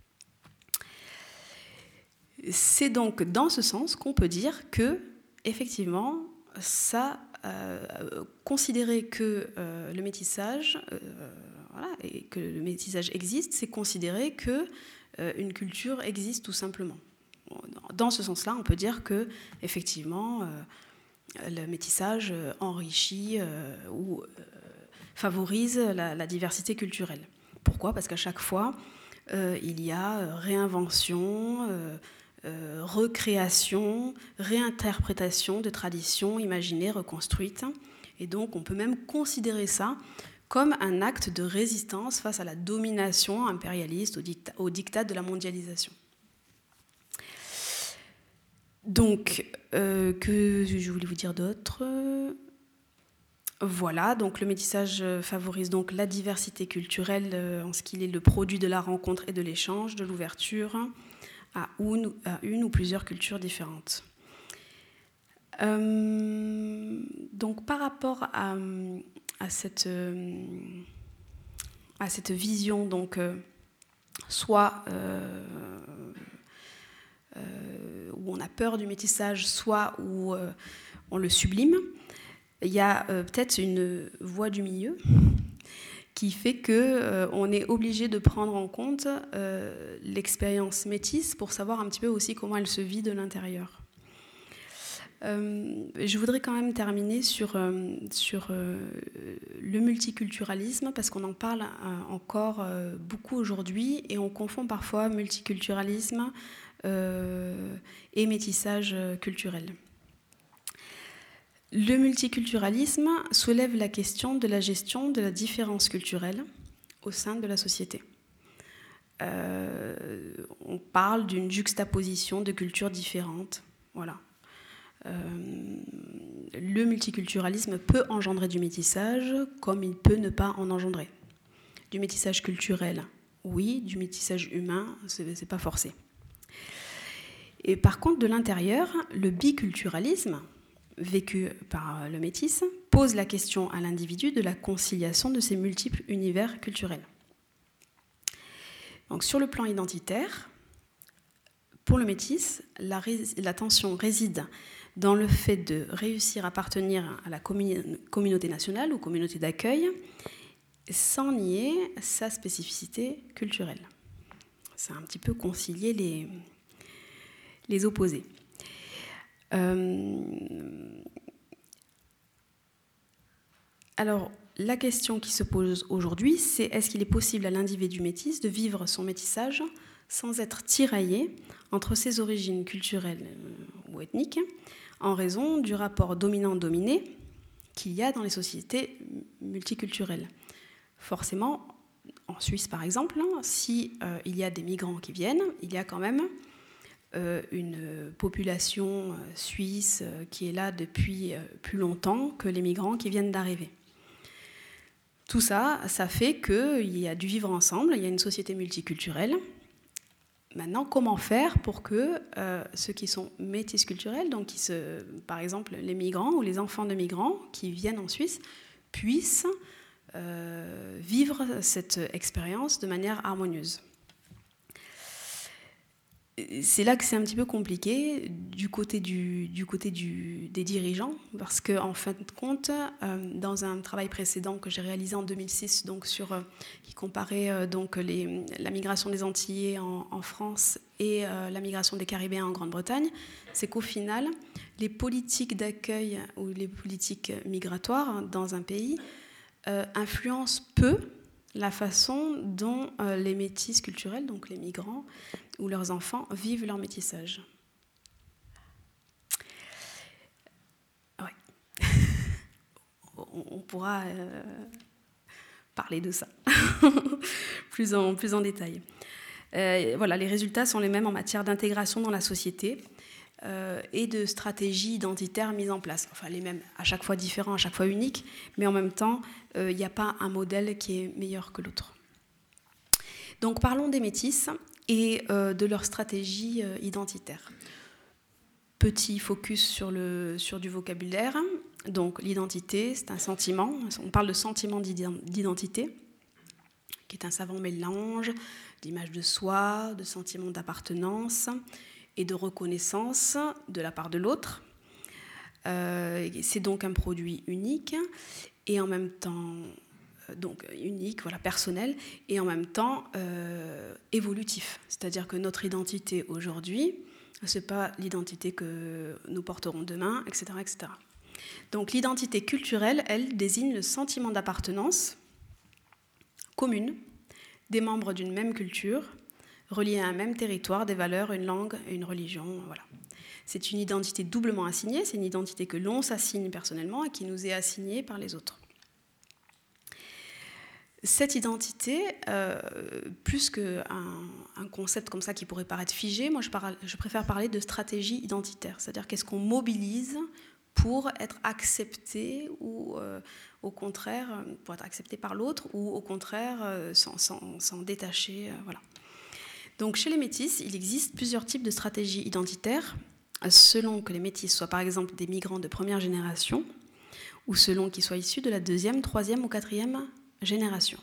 [SPEAKER 3] C'est donc dans ce sens qu'on peut dire que, effectivement, ça, euh, considérer que euh, le métissage, euh, voilà, et que le métissage existe, c'est considérer que euh, une culture existe tout simplement. Dans ce sens-là, on peut dire que, effectivement, euh, le métissage enrichit euh, ou euh, favorise la, la diversité culturelle. Pourquoi ? Parce qu'à chaque fois, euh, il y a réinvention, euh, euh, recréation, réinterprétation de traditions imaginées, reconstruites. Et donc, on peut même considérer ça comme un acte de résistance face à la domination impérialiste, au dictat, au diktat de la mondialisation. Donc, euh, que je voulais vous dire d'autre ? Voilà, donc le métissage favorise donc la diversité culturelle euh, en ce qu'il est le produit de la rencontre et de l'échange, de l'ouverture à une, à une ou plusieurs cultures différentes. Euh, donc, par rapport à, à, cette, à cette vision, donc, euh, soit euh, euh, où on a peur du métissage, soit où euh, on le sublime, il y a euh, peut-être une voie du milieu qui fait qu'on euh, est obligé de prendre en compte euh, l'expérience métisse pour savoir un petit peu aussi comment elle se vit de l'intérieur. Euh, je voudrais quand même terminer sur, euh, sur euh, le multiculturalisme, parce qu'on en parle euh, encore euh, beaucoup aujourd'hui, et on confond parfois multiculturalisme euh, et métissage culturel. Le multiculturalisme soulève la question de la gestion de la différence culturelle au sein de la société. Euh, on parle d'une juxtaposition de cultures différentes. Voilà. Euh, le multiculturalisme peut engendrer du métissage, comme il peut ne pas en engendrer. Du métissage culturel, oui. Du métissage humain, c'est, c'est pas forcé. Et par contre, de l'intérieur, le biculturalisme, vécu par le métis, pose la question à l'individu de la conciliation de ces multiples univers culturels. Donc, sur le plan identitaire, pour le métis, la, la tension réside dans le fait de réussir à appartenir à la commune, communauté nationale ou communauté d'accueil sans nier sa spécificité culturelle. C'est un petit peu concilier les, les opposés. Euh, alors, la question qui se pose aujourd'hui, c'est est-ce qu'il est possible à l'individu métis de vivre son métissage sans être tiraillé entre ses origines culturelles ou ethniques en raison du rapport dominant-dominé qu'il y a dans les sociétés multiculturelles. Forcément, en Suisse par exemple, si euh, il y a des migrants qui viennent, il y a quand même euh, une population suisse qui est là depuis euh, plus longtemps que les migrants qui viennent d'arriver. Tout ça, ça fait qu'il y a du vivre ensemble, il y a une société multiculturelle. Maintenant, comment faire pour que euh, ceux qui sont métis culturels, donc qui se, par exemple les migrants ou les enfants de migrants qui viennent en Suisse, puissent euh, vivre cette expérience de manière harmonieuse. C'est là que c'est un petit peu compliqué du côté, du, du côté du, des dirigeants, parce qu'en fin de compte, euh, dans un travail précédent que j'ai réalisé en deux mille six, donc sur, euh, qui comparait euh, donc les, la migration des Antillais en, en France et euh, la migration des Caribéens en Grande-Bretagne, c'est qu'au final, les politiques d'accueil ou les politiques migratoires dans un pays euh, influencent peu la façon dont euh, les métis culturels, donc les migrants, ou leurs enfants vivent leur métissage. Ouais. on, on pourra euh, parler de ça plus, en, plus en détail. Euh, voilà, les résultats sont les mêmes en matière d'intégration dans la société euh, et de stratégies identitaires mises en place. Enfin, les mêmes, à chaque fois différents, à chaque fois uniques, mais en même temps, il euh, n'y a pas un modèle qui est meilleur que l'autre. Donc, parlons des métis et euh, de leur stratégie euh, identitaire. Petit focus sur, le, sur du vocabulaire. Donc, l'identité, c'est un sentiment. On parle de sentiment d'identité, qui est un savant mélange d'image de soi, de sentiment d'appartenance et de reconnaissance de la part de l'autre. Euh, c'est donc un produit unique et en même temps, donc unique, voilà, personnel, et en même temps euh, évolutif. C'est-à-dire que notre identité aujourd'hui, ce n'est pas l'identité que nous porterons demain, et cetera, et cetera. Donc l'identité culturelle, elle, désigne le sentiment d'appartenance commune des membres d'une même culture, reliés à un même territoire, des valeurs, une langue et une religion. Voilà. C'est une identité doublement assignée, c'est une identité que l'on s'assigne personnellement et qui nous est assignée par les autres. Cette identité, euh, plus qu'un un concept comme ça qui pourrait paraître figé, moi je, parle, je préfère parler de stratégie identitaire, c'est-à-dire qu'est-ce qu'on mobilise pour être accepté ou euh, au contraire, pour être accepté par l'autre ou au contraire euh, s'en, s'en, s'en détacher. Euh, voilà. Donc chez les métis, il existe plusieurs types de stratégies identitaires selon que les métis soient par exemple des migrants de première génération ou selon qu'ils soient issus de la deuxième, troisième ou quatrième génération.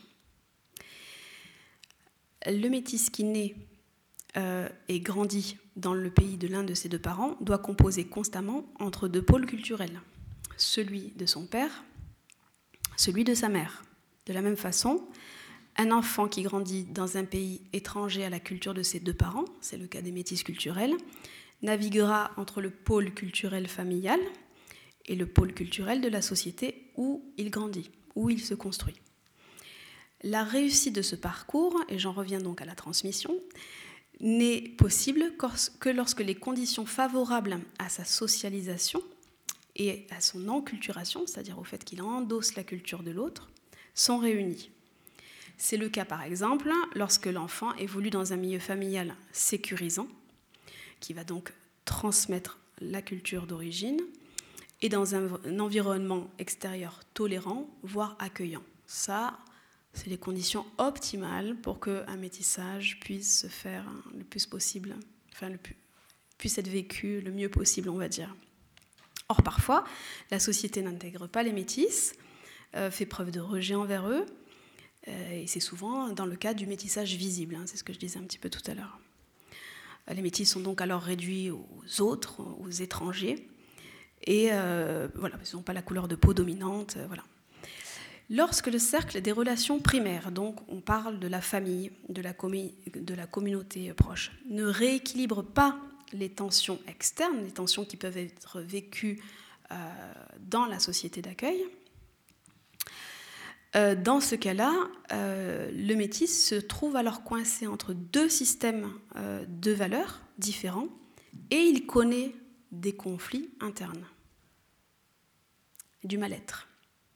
[SPEAKER 3] Le métis qui naît euh, et grandit dans le pays de l'un de ses deux parents doit composer constamment entre deux pôles culturels, celui de son père, celui de sa mère. De la même façon, un enfant qui grandit dans un pays étranger à la culture de ses deux parents, c'est le cas des métis culturels, naviguera entre le pôle culturel familial et le pôle culturel de la société où il grandit, où il se construit. La réussite de ce parcours, et j'en reviens donc à la transmission, n'est possible que lorsque les conditions favorables à sa socialisation et à son enculturation, c'est-à-dire au fait qu'il endosse la culture de l'autre, sont réunies. C'est le cas par exemple lorsque l'enfant évolue dans un milieu familial sécurisant, qui va donc transmettre la culture d'origine, et dans un, un environnement extérieur tolérant, voire accueillant. Ça, c'est les conditions optimales pour qu'un métissage puisse se faire le plus possible, enfin le plus, puisse être vécu le mieux possible, on va dire. Or, parfois, la société n'intègre pas les métis, euh, fait preuve de rejet envers eux, euh, et c'est souvent dans le cas du métissage visible, hein, c'est ce que je disais un petit peu tout à l'heure. Les métis sont donc alors réduits aux autres, aux étrangers, et euh, voilà, ils n'ont pas la couleur de peau dominante, euh, voilà. Lorsque le cercle des relations primaires, donc on parle de la famille, de la, commu- de la communauté proche, ne rééquilibre pas les tensions externes, les tensions qui peuvent être vécues euh, dans la société d'accueil, euh, dans ce cas-là, euh, le métis se trouve alors coincé entre deux systèmes euh, de valeurs différents et il connaît des conflits internes, du mal-être.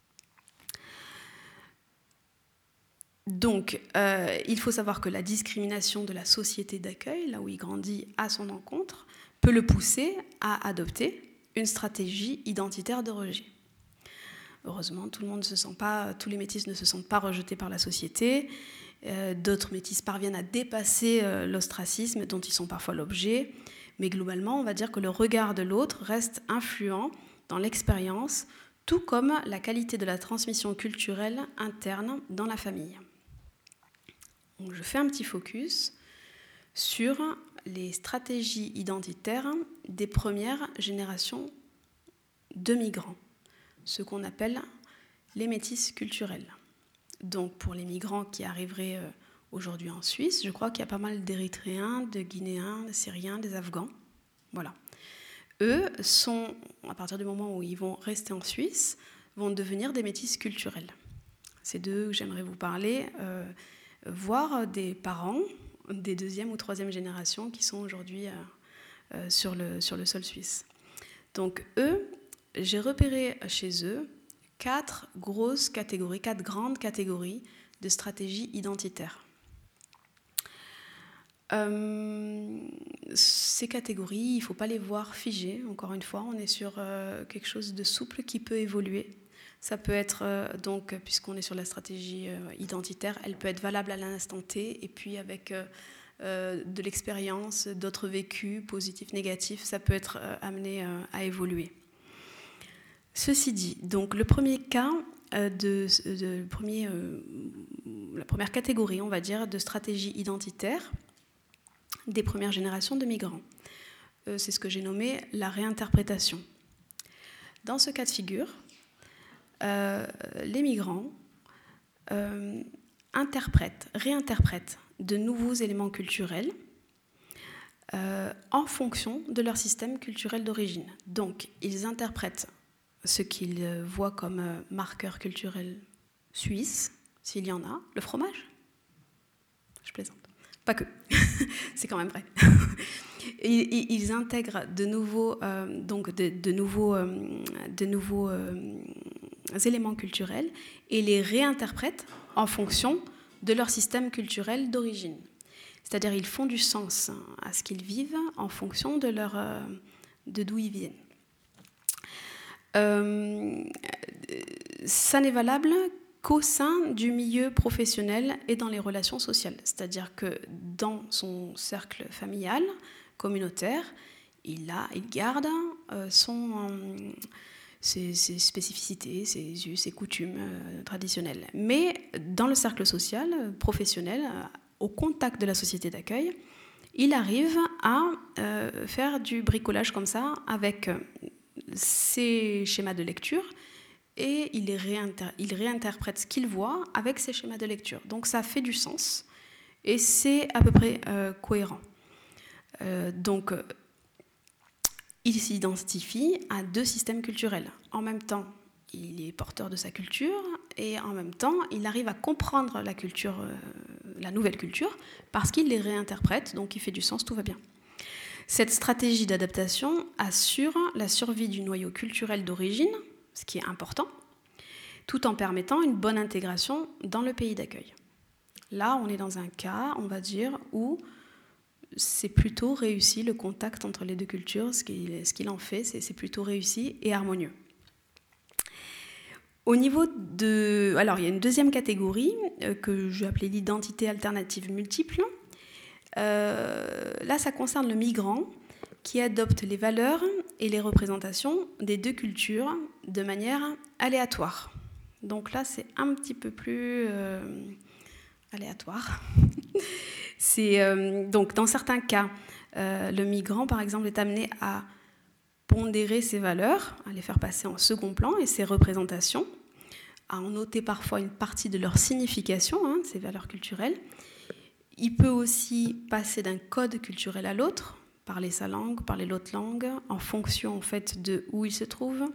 [SPEAKER 3] Donc, euh, il faut savoir que la discrimination de la société d'accueil, là où il grandit à son encontre, peut le pousser à adopter une stratégie identitaire de rejet. Heureusement, tout le monde ne se sent pas, tous les métis ne se sentent pas rejetés par la société. Euh, d'autres métis parviennent à dépasser euh, l'ostracisme dont ils sont parfois l'objet. Mais globalement, on va dire que le regard de l'autre reste influent dans l'expérience, tout comme la qualité de la transmission culturelle interne dans la famille. Donc, je fais un petit focus sur les stratégies identitaires des premières générations de migrants, ce qu'on appelle les métis culturels. Donc pour les migrants qui arriveraient aujourd'hui en Suisse, je crois qu'il y a pas mal d'Érythréens, de Guinéens, de Syriens, des Afghans. Voilà. Eux sont, à partir du moment où ils vont rester en Suisse, vont devenir des métis culturels. C'est d'eux que j'aimerais vous parler, euh, voire des parents des deuxième ou troisième générations qui sont aujourd'hui euh, euh, sur le, sur le sol suisse. Donc eux, j'ai repéré chez eux quatre grosses catégories, quatre grandes catégories de stratégies identitaires. Euh, ces catégories, il ne faut pas les voir figées. Encore une fois, on est sur euh, quelque chose de souple qui peut évoluer. Ça peut être, euh, donc, puisqu'on est sur la stratégie euh, identitaire, elle peut être valable à l'instant T, et puis avec euh, euh, de l'expérience, d'autres vécus, positifs, négatifs, ça peut être euh, amené euh, à évoluer. Ceci dit, donc le premier cas, euh, de, de, premier, euh, la première catégorie, on va dire, de stratégie identitaire, des premières générations de migrants. Euh, c'est ce que j'ai nommé la réinterprétation. Dans ce cas de figure, euh, les migrants euh, interprètent, réinterprètent de nouveaux éléments culturels euh, en fonction de leur système culturel d'origine. Donc, ils interprètent ce qu'ils voient comme euh, marqueur culturel suisse, s'il y en a, le fromage. Je plaisante. Pas que, c'est quand même vrai. Ils, ils intègrent de nouveaux, euh, donc de, de nouveaux, euh, de nouveaux euh, éléments culturels et les réinterprètent en fonction de leur système culturel d'origine. C'est-à-dire ils font du sens à ce qu'ils vivent en fonction de, leur, euh, de d'où ils viennent. Euh, ça n'est valable qu'au sein du milieu professionnel et dans les relations sociales. C'est-à-dire que dans son cercle familial, communautaire, il, a, il garde euh, son, euh, ses, ses spécificités, ses us, ses coutumes euh, traditionnelles. Mais dans le cercle social, professionnel, euh, au contact de la société d'accueil, il arrive à euh, faire du bricolage comme ça avec ses schémas de lecture, et il, réinter- il réinterprète ce qu'il voit avec ses schémas de lecture. Donc ça fait du sens et c'est à peu près euh, cohérent. Euh, donc euh, il s'identifie à deux systèmes culturels. En même temps, il est porteur de sa culture et en même temps, il arrive à comprendre la culture, euh, la nouvelle culture parce qu'il les réinterprète, donc il fait du sens, tout va bien. Cette stratégie d'adaptation assure la survie du noyau culturel d'origine, ce qui est important, tout en permettant une bonne intégration dans le pays d'accueil. Là, on est dans un cas, on va dire, où c'est plutôt réussi le contact entre les deux cultures, ce qu'il, ce qu'il en fait, c'est, c'est plutôt réussi et harmonieux. Au niveau de... Alors, il y a une deuxième catégorie euh, que je vais appeler l'identité alternative multiple. Euh, là, ça concerne le migrant qui adopte les valeurs et les représentations des deux cultures de manière aléatoire. Donc là, c'est un petit peu plus euh, aléatoire. c'est, euh, donc, dans certains cas, euh, le migrant, par exemple, est amené à pondérer ses valeurs, à les faire passer en second plan et ses représentations, à en noter parfois une partie de leur signification, hein, ces valeurs culturelles. Il peut aussi passer d'un code culturel à l'autre, parler sa langue, parler l'autre langue, en fonction en fait de où il se trouve.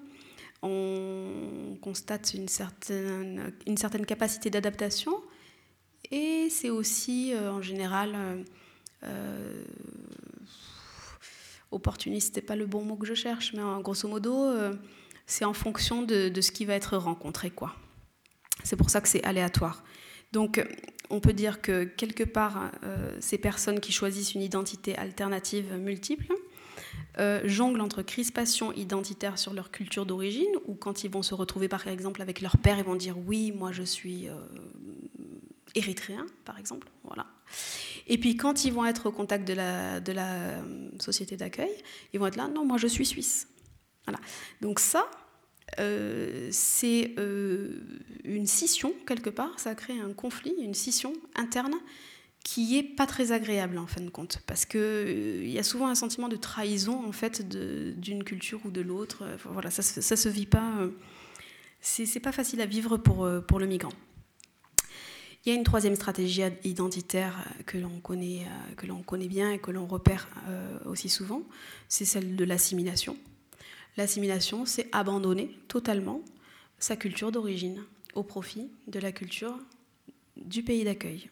[SPEAKER 3] On constate une certaine, une certaine capacité d'adaptation et c'est aussi euh, en général euh, euh, opportuniste, c'est pas le bon mot que je cherche, mais en grosso modo euh, c'est en fonction de, de ce qui va être rencontré, quoi. C'est pour ça que c'est aléatoire. Donc on peut dire que quelque part, euh, ces personnes qui choisissent une identité alternative multiple euh, jonglent entre crispation identitaire sur leur culture d'origine, ou quand ils vont se retrouver par exemple avec leur père, ils vont dire oui, moi je suis euh, érythréen, par exemple. Voilà. Et puis quand ils vont être au contact de la, de la société d'accueil, ils vont être là, non, moi je suis suisse. Voilà. Donc ça, Euh, c'est euh, une scission quelque part, ça crée un conflit, une scission interne qui est pas très agréable en fin de compte, parce que euh, il y a souvent un sentiment de trahison en fait de, d'une culture ou de l'autre. Enfin, voilà, ça, ça se vit pas, euh, c'est, c'est pas facile à vivre pour euh, pour le migrant. Il y a une troisième stratégie identitaire que l'on connaît euh, que l'on connaît bien et que l'on repère euh, aussi souvent, c'est celle de l'assimilation. L'assimilation, c'est abandonner totalement sa culture d'origine au profit de la culture du pays d'accueil.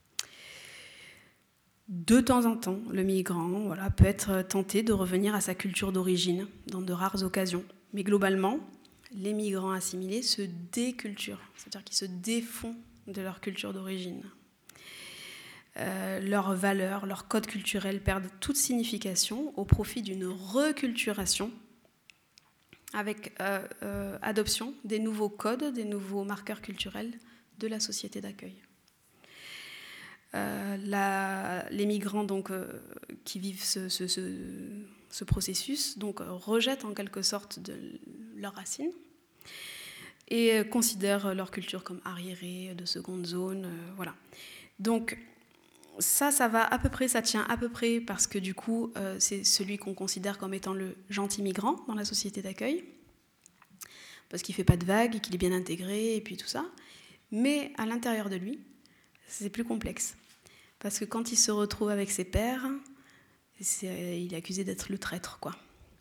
[SPEAKER 3] De temps en temps, le migrant voilà, peut être tenté de revenir à sa culture d'origine dans de rares occasions. Mais globalement, les migrants assimilés se déculturent, c'est-à-dire qu'ils se défont de leur culture d'origine. Euh, leurs valeurs, leurs codes culturels perdent toute signification au profit d'une reculturation avec euh, euh, adoption des nouveaux codes, des nouveaux marqueurs culturels de la société d'accueil. Euh, la, les migrants donc, euh, qui vivent ce, ce, ce, ce processus donc, euh, rejettent en quelque sorte de leurs racines et euh, considèrent leur culture comme arriérée, de seconde zone. Euh, voilà. Donc ça, ça va à peu près, ça tient à peu près parce que du coup, euh, c'est celui qu'on considère comme étant le gentil migrant dans la société d'accueil, parce qu'il ne fait pas de vagues, qu'il est bien intégré et puis tout ça. Mais à l'intérieur de lui, c'est plus complexe. Parce que quand il se retrouve avec ses pairs, c'est, il est accusé d'être le traître, quoi.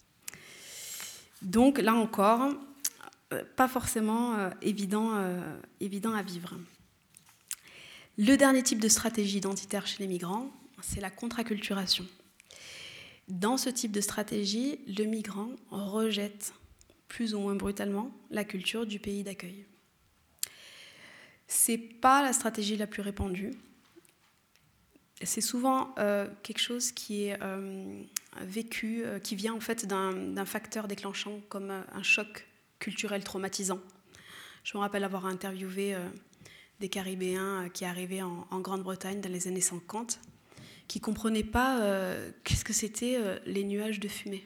[SPEAKER 3] Donc là encore, pas forcément euh, évident, euh, évident à vivre. Le dernier type de stratégie identitaire chez les migrants, c'est la contraculturation. Dans ce type de stratégie, le migrant rejette plus ou moins brutalement la culture du pays d'accueil. Ce n'est pas la stratégie la plus répandue. C'est souvent euh, quelque chose qui est euh, vécu, euh, qui vient en fait d'un, d'un facteur déclenchant comme euh, un choc culturel traumatisant. Je me rappelle avoir interviewé euh, des Caribéens euh, qui arrivaient en, en Grande-Bretagne dans les années cinquante, qui ne comprenaient pas euh, qu'est-ce que c'était euh, les nuages de fumée.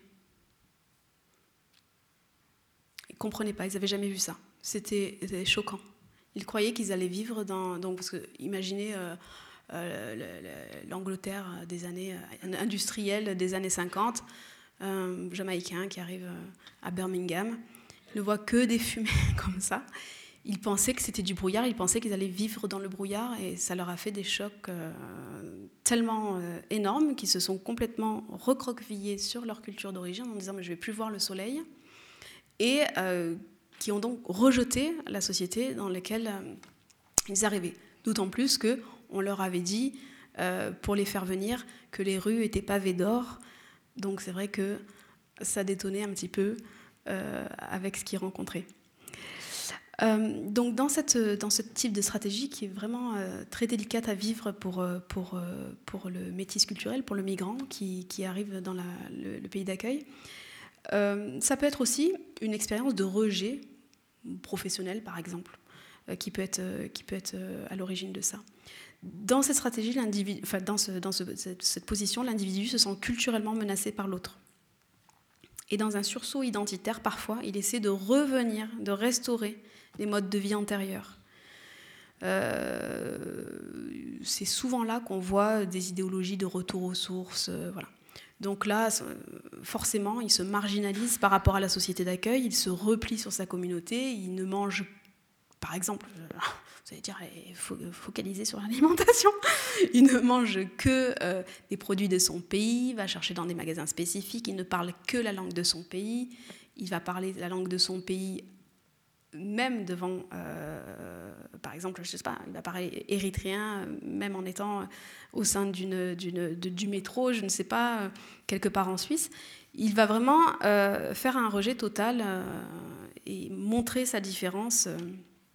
[SPEAKER 3] Ils ne comprenaient pas, ils n'avaient jamais vu ça. C'était, c'était choquant. Ils croyaient qu'ils allaient vivre dans... Donc, parce que, imaginez... Euh, Euh, l'Angleterre des années euh, industrielle des années cinquante, un Jamaïcain qui arrive à Birmingham, il ne voit que des fumées comme ça. Ils pensaient que c'était du brouillard, ils pensaient qu'ils allaient vivre dans le brouillard et ça leur a fait des chocs euh, tellement euh, énormes qu'ils se sont complètement recroquevillés sur leur culture d'origine en disant mais je ne vais plus voir le soleil et euh, qui ont donc rejeté la société dans laquelle euh, ils arrivaient. D'autant plus que on leur avait dit, euh, pour les faire venir, que les rues étaient pavées d'or. Donc c'est vrai que ça détonnait un petit peu euh, avec ce qu'ils rencontraient. Euh, donc dans, cette, dans ce type de stratégie qui est vraiment euh, très délicate à vivre pour, pour, pour le métis culturel, pour le migrant qui, qui arrive dans la, le, le pays d'accueil, euh, ça peut être aussi une expérience de rejet professionnel, par exemple, euh, qui peut être, euh, qui peut être euh, à l'origine de ça. Dans cette stratégie, l'individu, enfin, dans, ce, dans ce, cette, cette position, l'individu se sent culturellement menacé par l'autre. Et dans un sursaut identitaire, parfois, il essaie de revenir, de restaurer les modes de vie antérieurs. Euh, c'est souvent là qu'on voit des idéologies de retour aux sources. Euh, voilà. Donc là, forcément, il se marginalise par rapport à la société d'accueil, il se replie sur sa communauté, il ne mange, par exemple... Vous allez dire, il faut focaliser sur l'alimentation. Il ne mange que euh, des produits de son pays, il va chercher dans des magasins spécifiques, il ne parle que la langue de son pays, il va parler la langue de son pays même devant, euh, par exemple, je sais pas, il va parler érythréen, même en étant au sein d'une, d'une, de, du métro, je ne sais pas, quelque part en Suisse. Il va vraiment euh, faire un rejet total euh, et montrer sa différence. Euh,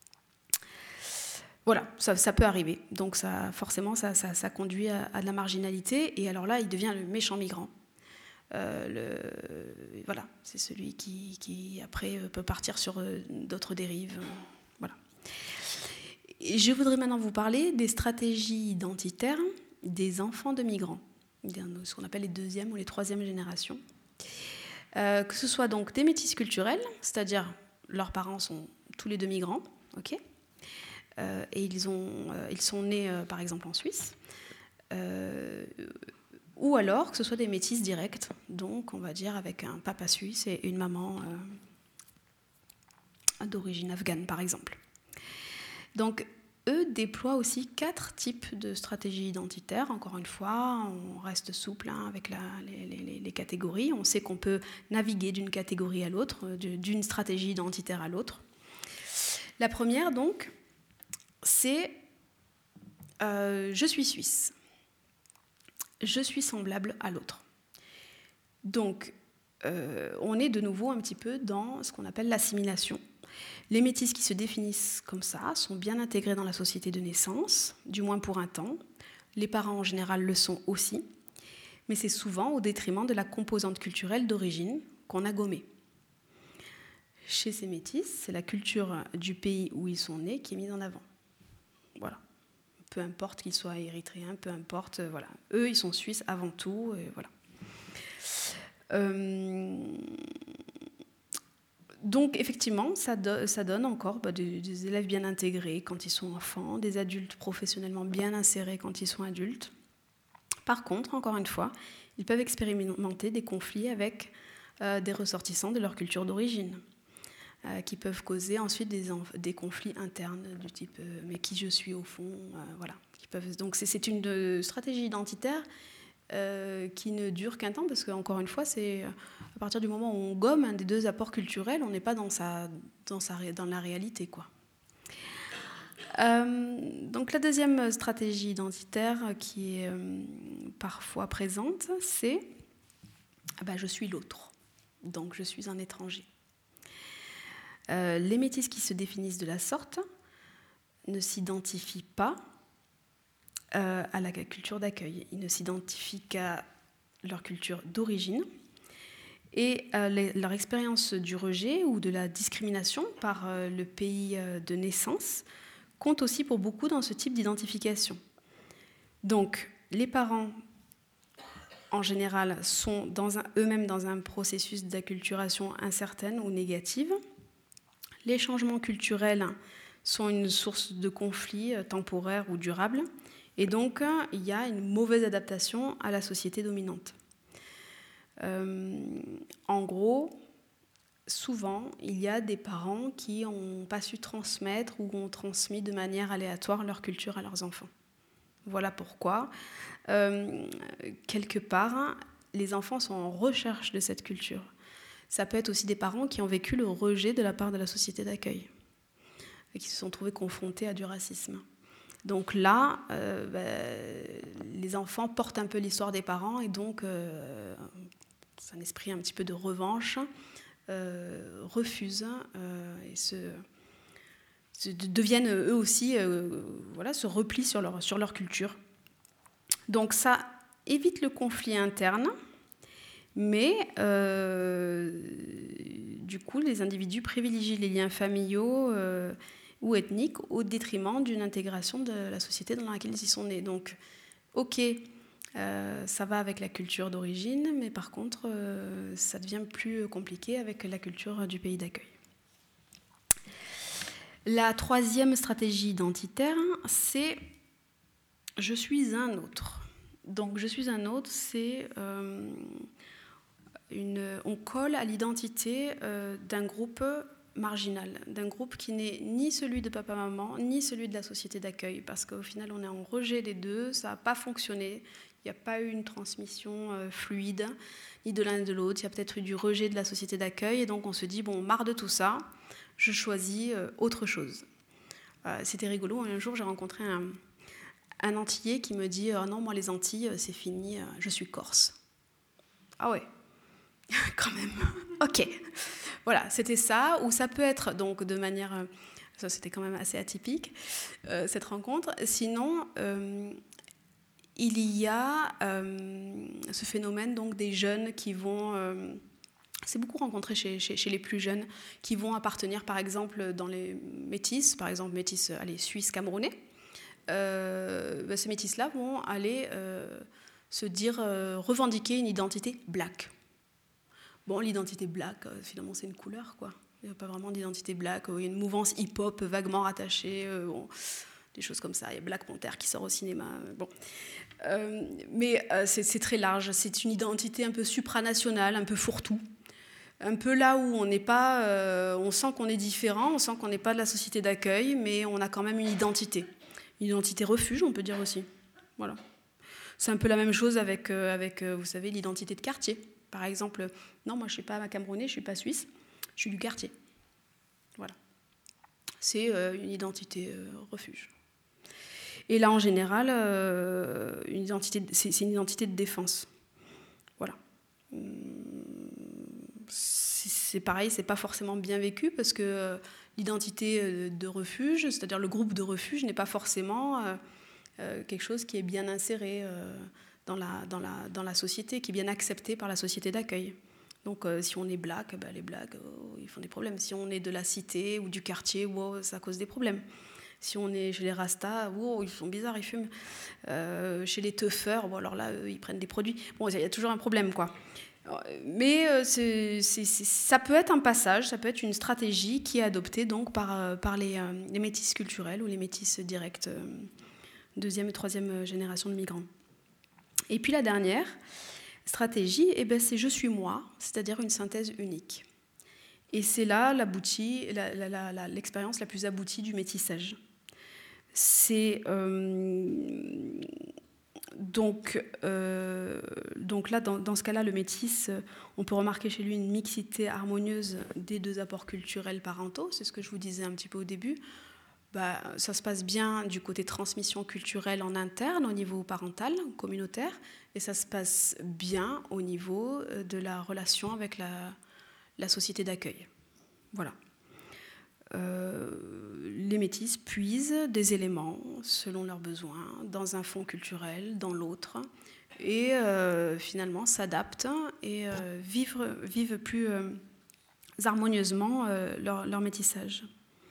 [SPEAKER 3] Voilà, ça, ça peut arriver. Donc ça, forcément, ça, ça, ça conduit à, à de la marginalité. Et alors là, il devient le méchant migrant. Euh, le, voilà, c'est celui qui, qui, après, peut partir sur d'autres dérives. Voilà. Et je voudrais maintenant vous parler des stratégies identitaires des enfants de migrants, ce qu'on appelle les deuxième ou les troisième générations. Euh, que ce soit donc des métis culturels, c'est-à-dire leurs parents sont tous les deux migrants, ok ? Euh, et ils, ont, euh, ils sont nés, euh, par exemple, en Suisse. Euh, ou alors que ce soit des métis directs, donc on va dire avec un papa suisse et une maman euh, d'origine afghane, par exemple. Donc, eux déploient aussi quatre types de stratégies identitaires. Encore une fois, on reste souple hein, avec la, les, les, les catégories. On sait qu'on peut naviguer d'une catégorie à l'autre, d'une stratégie identitaire à l'autre. La première, donc, c'est euh, « je suis suisse ». Je suis semblable à l'autre. Donc, euh, on est de nouveau un petit peu dans ce qu'on appelle l'assimilation. Les métis qui se définissent comme ça sont bien intégrés dans la société de naissance, du moins pour un temps. Les parents en général le sont aussi, mais c'est souvent au détriment de la composante culturelle d'origine qu'on a gommée. Chez ces métis, c'est la culture du pays où ils sont nés qui est mise en avant. Voilà. Peu importe qu'ils soient érythréens, peu importe, voilà. Eux, ils sont suisses avant tout, et voilà. Euh, donc, effectivement, ça, do- ça donne encore bah, des, des élèves bien intégrés quand ils sont enfants, des adultes professionnellement bien insérés quand ils sont adultes. Par contre, encore une fois, ils peuvent expérimenter des conflits avec euh, des ressortissants de leur culture d'origine, euh, qui peuvent causer ensuite des, enf- des conflits internes du type euh, « mais qui je suis au fond euh, ?» voilà. Qui peuvent, donc, c'est, c'est une de, stratégie identitaire Euh, qui ne dure qu'un temps, parce qu'encore une fois, c'est à partir du moment où on gomme un des deux apports culturels, on n'est pas dans, sa, dans, sa, dans la réalité, quoi. Euh, donc la deuxième stratégie identitaire qui est euh, parfois présente, c'est ah ben, je suis l'autre, donc je suis un étranger. Euh, les métis qui se définissent de la sorte ne s'identifient pas Euh, à la culture d'accueil. Ils ne s'identifient qu'à leur culture d'origine et euh, les, leur expérience du rejet ou de la discrimination par euh, le pays euh, de naissance compte aussi pour beaucoup dans ce type d'identification. Donc, les parents, en général, sont dans un, eux-mêmes dans un processus d'acculturation incertaine ou négative. Les changements culturels sont une source de conflits euh, temporaires ou durables. Et donc, il y a une mauvaise adaptation à la société dominante. Euh, en gros, souvent, il y a des parents qui n'ont pas su transmettre ou ont transmis de manière aléatoire leur culture à leurs enfants. Voilà pourquoi, euh, quelque part, les enfants sont en recherche de cette culture. Ça peut être aussi des parents qui ont vécu le rejet de la part de la société d'accueil et qui se sont trouvés confrontés à du racisme. Donc là, euh, ben, les enfants portent un peu l'histoire des parents et donc euh, c'est un esprit un petit peu de revanche, euh, refusent euh, et se, se deviennent eux aussi, euh, voilà, se replient sur leur, sur leur culture. Donc ça évite le conflit interne, mais euh, du coup, les individus privilégient les liens familiaux euh, ou ethniques au détriment d'une intégration de la société dans laquelle ils sont nés. Donc, ok, euh, ça va avec la culture d'origine, mais par contre, euh, ça devient plus compliqué avec la culture du pays d'accueil. La troisième stratégie identitaire, c'est « je suis un autre ». Donc, « je suis un autre », c'est... Euh, Une, on colle à l'identité euh, d'un groupe marginal, d'un groupe qui n'est ni celui de papa-maman, ni celui de la société d'accueil, parce qu'au final, on est en rejet des deux, ça n'a pas fonctionné, il n'y a pas eu une transmission euh, fluide, ni de l'un ni de l'autre, il y a peut-être eu du rejet de la société d'accueil, et donc on se dit, bon, marre de tout ça, je choisis euh, autre chose. Euh, c'était rigolo, un jour j'ai rencontré un, un Antillais qui me dit, oh, non, moi les Antilles, c'est fini, euh, je suis corse. Ah ouais. Quand même, ok. Voilà, c'était ça, ou ça peut être donc de manière, ça c'était quand même assez atypique euh, cette rencontre. Sinon, euh, il y a euh, ce phénomène donc des jeunes qui vont, euh, c'est beaucoup rencontré chez, chez, chez les plus jeunes, qui vont appartenir par exemple dans les métis, par exemple métis, allez, suisses, camerounais. Euh, ben, ces métis-là vont aller euh, se dire euh, revendiquer une identité black. Bon, l'identité black, euh, finalement, c'est une couleur, quoi. Il n'y a pas vraiment d'identité black. Il y a une mouvance hip-hop vaguement rattachée, euh, bon, des choses comme ça. Il y a Black Panther qui sort au cinéma. Euh, bon. euh, mais euh, c'est, c'est très large. C'est une identité un peu supranationale, un peu fourre-tout. Un peu là où on n'est pas... Euh, on sent qu'on est différent, on sent qu'on n'est pas de la société d'accueil, mais on a quand même une identité. Une identité refuge, on peut dire aussi. Voilà. C'est un peu la même chose avec, euh, avec euh, vous savez, l'identité de quartier. Par exemple, non, moi je ne suis pas camerounais, je ne suis pas suisse, je suis du quartier. Voilà. C'est euh, une identité euh, refuge. Et là, en général, euh, une identité, c'est, c'est une identité de défense. Voilà. c'est pareil, c'est pas forcément bien vécu parce que euh, l'identité de refuge, c'est-à-dire le groupe de refuge, n'est pas forcément euh, euh, quelque chose qui est bien inséré euh, dans, la, dans, la, dans la société, qui est bien accepté par la société d'accueil. Donc euh, si on est black, ben, les blacks, oh, ils font des problèmes. Si on est de la cité ou du quartier, oh, ça cause des problèmes. Si on est chez les Rastas, oh, ils sont bizarres, ils fument. Euh, chez les teufeurs, bon, alors là, eux, ils prennent des produits. Bon, il y a toujours un problème, quoi. Mais euh, c'est, c'est, c'est, ça peut être un passage, ça peut être une stratégie qui est adoptée donc, par, euh, par les, euh, les métis culturels ou les métis directs, euh, deuxième et troisième génération de migrants. Et puis la dernière stratégie, eh ben, c'est « je suis moi », c'est-à-dire une synthèse unique. Et c'est là l'abouti, la, la, la, la, l'expérience la plus aboutie du métissage. C'est... Euh, donc, euh, donc là, dans, dans ce cas-là, le métis, on peut remarquer chez lui une mixité harmonieuse des deux apports culturels parentaux. C'est ce que je vous disais un petit peu au début. Bah, ça se passe bien du côté transmission culturelle en interne, au niveau parental, communautaire, et ça se passe bien au niveau de la relation avec la, la société d'accueil. Voilà. Euh, les métis puisent des éléments selon leurs besoins dans un fond culturel, dans l'autre, et euh, finalement s'adaptent et euh, vivent, vivent plus euh, harmonieusement euh, leur, leur métissage.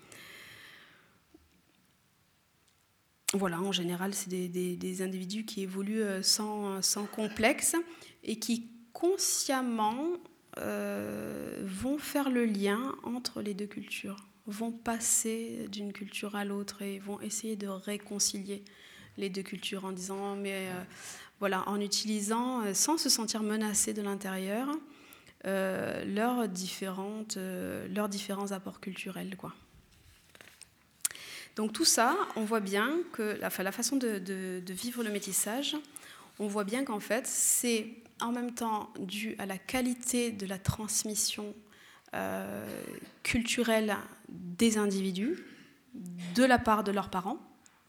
[SPEAKER 3] Voilà, en général, c'est des, des, des individus qui évoluent sans, sans complexe et qui consciemment euh, vont faire le lien entre les deux cultures, vont passer d'une culture à l'autre et vont essayer de réconcilier les deux cultures en disant, mais euh, voilà, en utilisant, euh, sans se sentir menacés de l'intérieur, euh, leurs, différentes, euh, leurs différents apports culturels, quoi. Donc tout ça, on voit bien que la, enfin, la façon de, de, de vivre le métissage, on voit bien qu'en fait, c'est en même temps dû à la qualité de la transmission euh, culturelle des individus, de la part de leurs parents,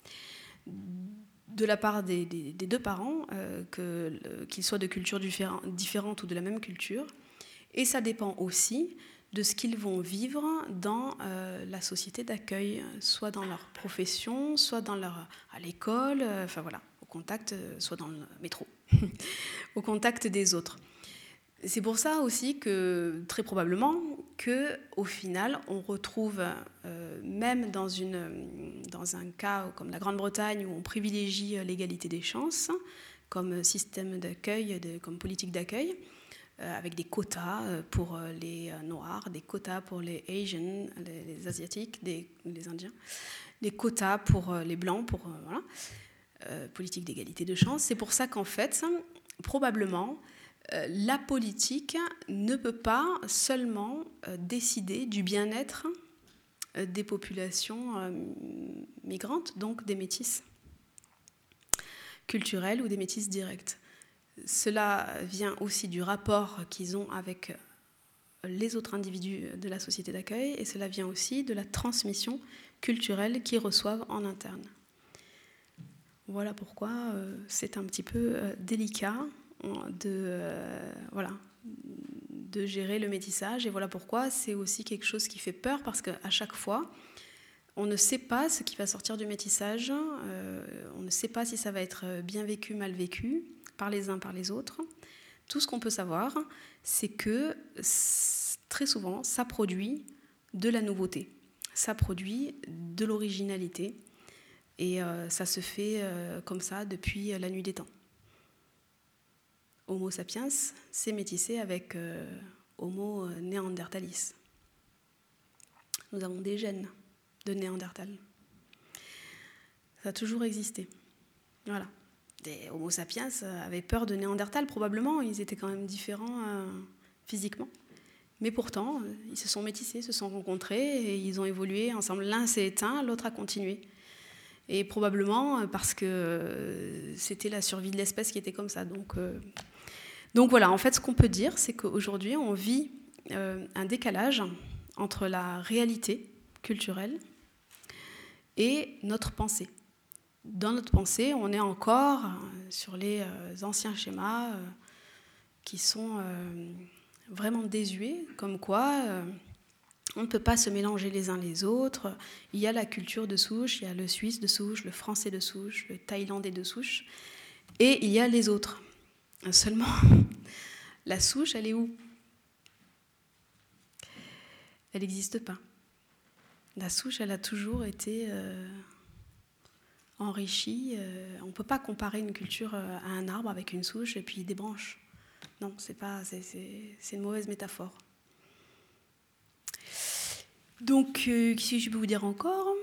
[SPEAKER 3] de la part des, des, des deux parents, euh, que, euh, qu'ils soient de cultures différentes ou de la même culture, et ça dépend aussi de ce qu'ils vont vivre dans euh, la société d'accueil, soit dans leur profession, soit dans leur, à l'école, euh, enfin voilà, au contact, euh, soit dans le métro, au contact des autres. C'est pour ça aussi que, très probablement, qu'au final, on retrouve, euh, même dans, une, dans un cas comme la Grande-Bretagne, où on privilégie l'égalité des chances, comme système d'accueil, de, comme politique d'accueil, avec des quotas pour les Noirs, des quotas pour les Asians, les, les Asiatiques, des, les Indiens, des quotas pour les Blancs, pour voilà, euh, politique d'égalité de chance. C'est pour ça qu'en fait, probablement, euh, la politique ne peut pas seulement euh, décider du bien-être euh, des populations euh, migrantes, donc des métis culturels ou des métis directs. Cela vient aussi du rapport qu'ils ont avec les autres individus de la société d'accueil et cela vient aussi de la transmission culturelle qu'ils reçoivent en interne. Voilà pourquoi euh, c'est un petit peu euh, délicat de, euh, voilà, de gérer le métissage et voilà pourquoi c'est aussi quelque chose qui fait peur parce qu'à chaque fois, on ne sait pas ce qui va sortir du métissage, euh, on ne sait pas si ça va être bien vécu, mal vécu, par les uns, par les autres. Tout ce qu'on peut savoir, c'est que très souvent, ça produit de la nouveauté, ça produit de l'originalité, et euh, ça se fait euh, comme ça depuis la nuit des temps. Homo sapiens s'est métissé avec euh, Homo néanderthalis. Nous avons des gènes de Néandertal. Ça a toujours existé. Voilà. Les Homo sapiens avaient peur de Néandertal, probablement. Ils étaient quand même différents euh, physiquement. Mais pourtant, ils se sont métissés, se sont rencontrés et ils ont évolué ensemble. L'un s'est éteint, l'autre a continué. Et probablement parce que c'était la survie de l'espèce qui était comme ça. Donc, euh, donc voilà, en fait, ce qu'on peut dire, c'est qu'aujourd'hui, on vit euh, un décalage entre la réalité culturelle et notre pensée. Dans notre pensée, on est encore sur les anciens schémas qui sont vraiment désuet, comme quoi euh, on ne peut pas se mélanger les uns les autres. Il y a la culture de souche, il y a le suisse de souche, le français de souche, le thaïlandais de souche, et il y a les autres. Seulement, la souche, elle est où? Elle n'existe pas. La souche, elle a toujours été euh, enrichie. Euh, on ne peut pas comparer une culture à un arbre avec une souche et puis des branches. Non, c'est pas, c'est, c'est, c'est une mauvaise métaphore. Donc, euh, qu'est-ce que je peux vous dire encore?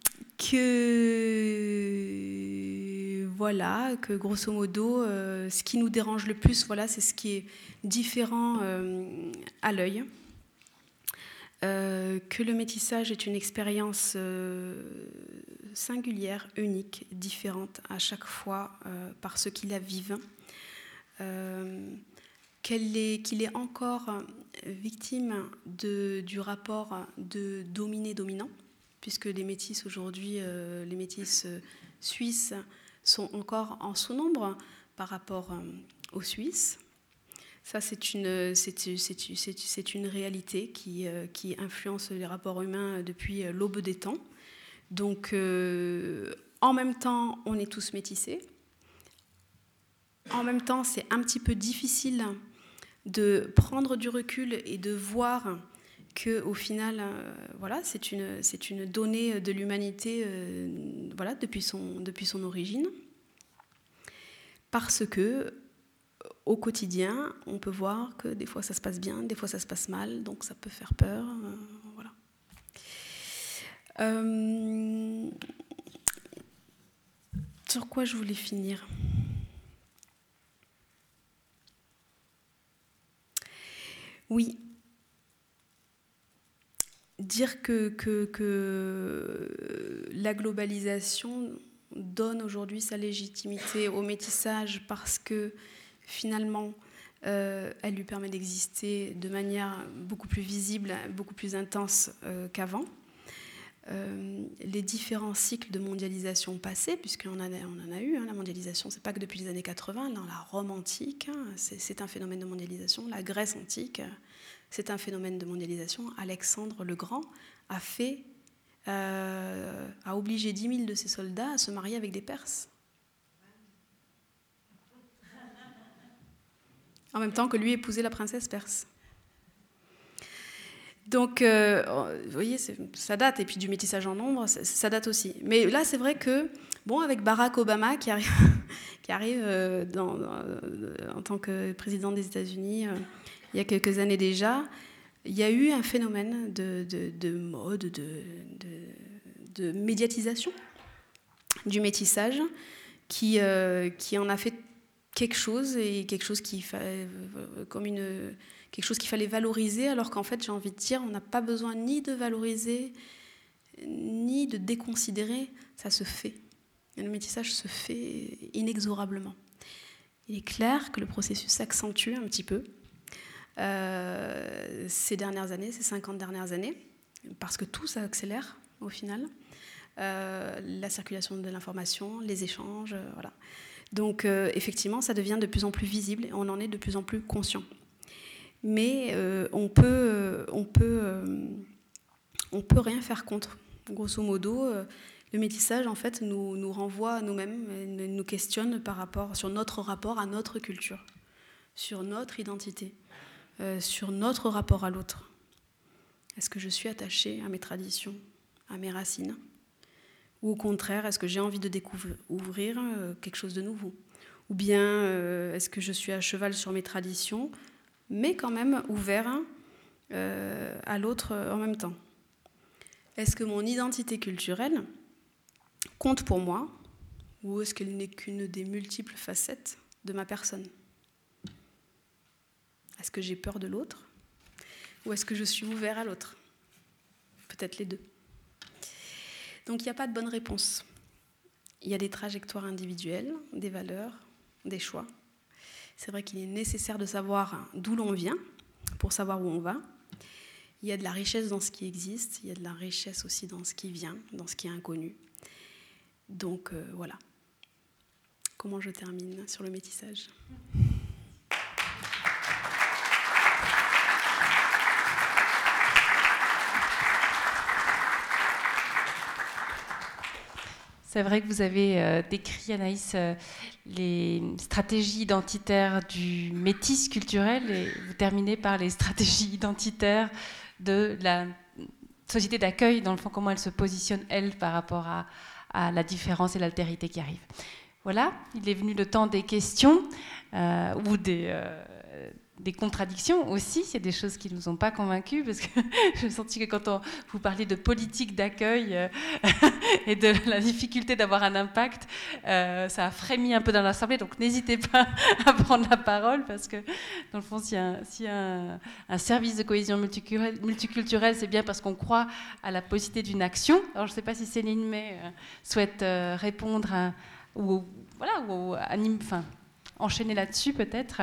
[SPEAKER 3] Que voilà, que grosso modo, euh, ce qui nous dérange le plus, voilà, c'est ce qui est différent euh, à l'œil. Euh, que le métissage est une expérience euh, singulière, unique, différente à chaque fois euh, par ceux qui la vivent. Euh, qu'elle est, qu'il est encore victime de, du rapport de dominé-dominant, puisque les métis aujourd'hui, euh, les métis suisses sont encore en sous-nombre par rapport euh, aux Suisses. Ça, c'est une, c'est, c'est, c'est, c'est une réalité qui, euh, qui influence les rapports humains depuis l'aube des temps. Donc, euh, en même temps, on est tous métissés. En même temps, c'est un petit peu difficile de prendre du recul et de voir qu'au final, euh, voilà, c'est une, c'est une donnée de l'humanité euh, voilà, depuis, son, depuis son origine. Parce que au quotidien, on peut voir que des fois ça se passe bien, des fois ça se passe mal, donc ça peut faire peur. Euh, voilà. Euh, sur quoi je voulais finir ? Oui. Dire que, que, que la globalisation donne aujourd'hui sa légitimité au métissage parce que finalement, euh, elle lui permet d'exister de manière beaucoup plus visible, beaucoup plus intense euh, qu'avant. Euh, les différents cycles de mondialisation passés, puisqu'on en a, on en a eu, hein, la mondialisation, c'est pas que depuis les années quatre-vingts, dans la Rome antique, hein, c'est, c'est un phénomène de mondialisation, la Grèce antique, c'est un phénomène de mondialisation. Alexandre le Grand a fait, euh, a obligé dix mille de ses soldats à se marier avec des Perses. En même temps que lui épousait la princesse perse. Donc, euh, vous voyez, c'est, ça date, et puis du métissage en nombre, ça, ça date aussi. Mais là, c'est vrai que, bon, avec Barack Obama qui arrive, qui arrive euh, dans, dans, en tant que président des États-Unis, euh, il y a quelques années déjà, il y a eu un phénomène de, de, de mode, de, de, de médiatisation du métissage qui, euh, qui en a fait quelque chose, et quelque chose qui fallait, comme une, quelque chose qu'il fallait valoriser, alors qu'en fait, j'ai envie de dire, on n'a pas besoin ni de valoriser, ni de déconsidérer, ça se fait. Et le métissage se fait inexorablement. Il est clair que le processus s'accentue un petit peu euh, ces dernières années, ces cinquante dernières années, parce que tout s'accélère au final. Euh, la circulation de l'information, les échanges, euh, voilà. Donc, euh, effectivement, ça devient de plus en plus visible et on en est de plus en plus conscient. Mais euh, on peut, euh, on peut, euh, on peut rien faire contre. Grosso modo, euh, le métissage, en fait, nous, nous renvoie à nous-mêmes, nous questionne par rapport, sur notre rapport à notre culture, sur notre identité, euh, sur notre rapport à l'autre. Est-ce que je suis attachée à mes traditions, à mes racines ? Ou au contraire, est-ce que j'ai envie de découvrir quelque chose de nouveau ? Ou bien, euh, est-ce que je suis à cheval sur mes traditions, mais quand même ouvert euh, à l'autre en même temps ? Est-ce que mon identité culturelle compte pour moi, ou est-ce qu'elle n'est qu'une des multiples facettes de ma personne ? Est-ce que j'ai peur de l'autre, ou est-ce que je suis ouvert à l'autre ? Peut-être les deux. Donc il n'y a pas de bonne réponse. Il y a des trajectoires individuelles, des valeurs, des choix. C'est vrai qu'il est nécessaire de savoir d'où l'on vient pour savoir où on va. Il y a de la richesse dans ce qui existe, il y a de la richesse aussi dans ce qui vient, dans ce qui est inconnu. Donc euh, voilà. Comment je termine sur le métissage ?
[SPEAKER 1] C'est vrai que vous avez euh, décrit, Anaïs, euh, les stratégies identitaires du métis culturel et vous terminez par les stratégies identitaires de la société d'accueil, dans le fond, comment elle se positionne, elle, par rapport à, à la différence et l'altérité qui arrive. Voilà, il est venu le temps des questions euh, ou des... Euh, des contradictions aussi, c'est des choses qui ne nous ont pas convaincus, parce que j'ai senti que quand on, vous parliez de politique d'accueil euh, et de la difficulté d'avoir un impact, euh, ça a frémi un peu dans l'Assemblée, donc n'hésitez pas à prendre la parole, parce que dans le fond, s'il y a un, s'il y a un, un service de cohésion multiculturelle, multiculturelle, c'est bien parce qu'on croit à la possibilité d'une action. Alors je ne sais pas si Céline May euh, souhaite euh, répondre à, ou, voilà, ou anime, enfin, enchaîner là-dessus peut-être.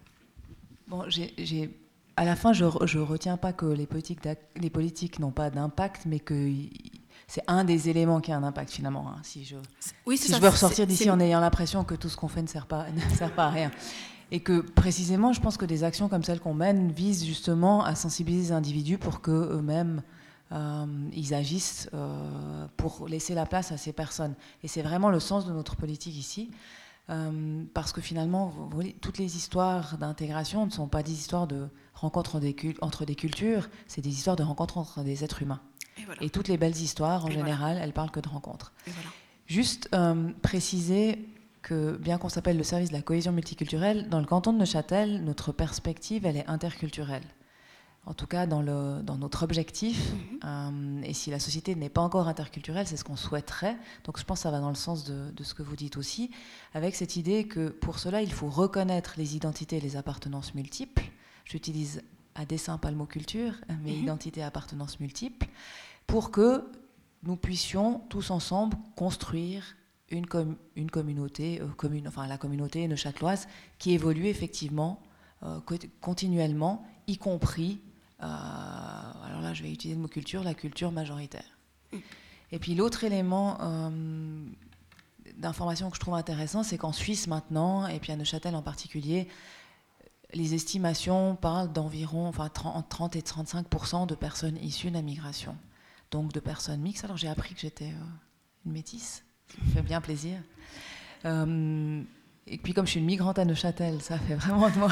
[SPEAKER 2] Bon, j'ai, j'ai, à la fin, je ne retiens pas que les politiques, les politiques n'ont pas d'impact, mais que c'est un des éléments qui a un impact finalement. Hein, si je,
[SPEAKER 3] oui,
[SPEAKER 2] si
[SPEAKER 3] ça,
[SPEAKER 2] je veux ressortir
[SPEAKER 3] c'est,
[SPEAKER 2] d'ici
[SPEAKER 3] c'est...
[SPEAKER 2] en ayant l'impression que tout ce qu'on fait ne sert pas, ne sert pas à rien. Et que précisément, je pense que des actions comme celles qu'on mène visent justement à sensibiliser les individus pour qu'eux-mêmes, euh, ils agissent euh, pour laisser la place à ces personnes. Et c'est vraiment le sens de notre politique ici. Euh, parce que finalement, vous voyez, toutes les histoires d'intégration ne sont pas des histoires de rencontres des cul- entre des cultures, c'est des histoires de rencontres entre des êtres humains. Et, voilà. Et toutes les belles histoires, en Et général, voilà. elles parlent que de rencontres. Et voilà. Juste euh, préciser que, bien qu'on s'appelle le service de la cohésion multiculturelle, dans le canton de Neuchâtel, notre perspective, elle est interculturelle. En tout cas, dans, le, dans notre objectif, mm-hmm. euh, et si la société n'est pas encore interculturelle, c'est ce qu'on souhaiterait. Donc je pense que ça va dans le sens de, de ce que vous dites aussi, avec cette idée que pour cela, il faut reconnaître les identités et les appartenances multiples. J'utilise à dessein pas le mot culture, mais mm-hmm. identité et appartenance multiples, pour que nous puissions tous ensemble construire une, com- une communauté, euh, commune, enfin la communauté neuchâteloise, qui évolue effectivement euh, continuellement, y compris Euh, alors là, je vais utiliser le mot culture, la culture majoritaire. Et puis l'autre élément euh, d'information que je trouve intéressant, c'est qu'en Suisse maintenant, et puis à Neuchâtel en particulier, les estimations parlent d'environ enfin, entre trente et trente-cinq pour cent de personnes issues de la migration, donc de personnes mixtes. Alors j'ai appris que j'étais euh, une métisse, ça me fait bien plaisir. Euh, et puis comme je suis une migrante à Neuchâtel, ça fait vraiment de moi...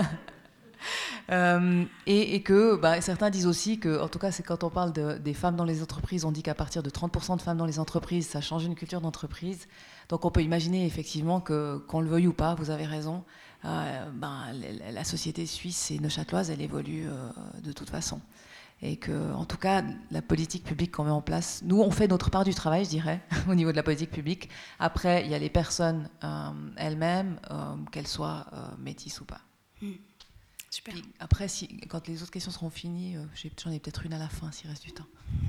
[SPEAKER 2] Euh, et, et que bah, certains disent aussi que, en tout cas, c'est quand on parle de, des femmes dans les entreprises, on dit qu'à partir de trente pour cent de femmes dans les entreprises, ça change une culture d'entreprise. Donc on peut imaginer effectivement que, qu'on le veuille ou pas, vous avez raison, euh, ben, la, la société suisse et neuchâteloise, elle évolue euh, de toute façon. Et que, en tout cas, la politique publique qu'on met en place, nous, on fait notre part du travail, je dirais, au niveau de la politique publique. Après, il y a les personnes euh, elles-mêmes, euh, qu'elles soient euh, métisses ou pas. Mm. Super. Puis après, si, quand les autres questions seront finies, euh, j'en ai peut-être une à la fin, s'il reste du temps.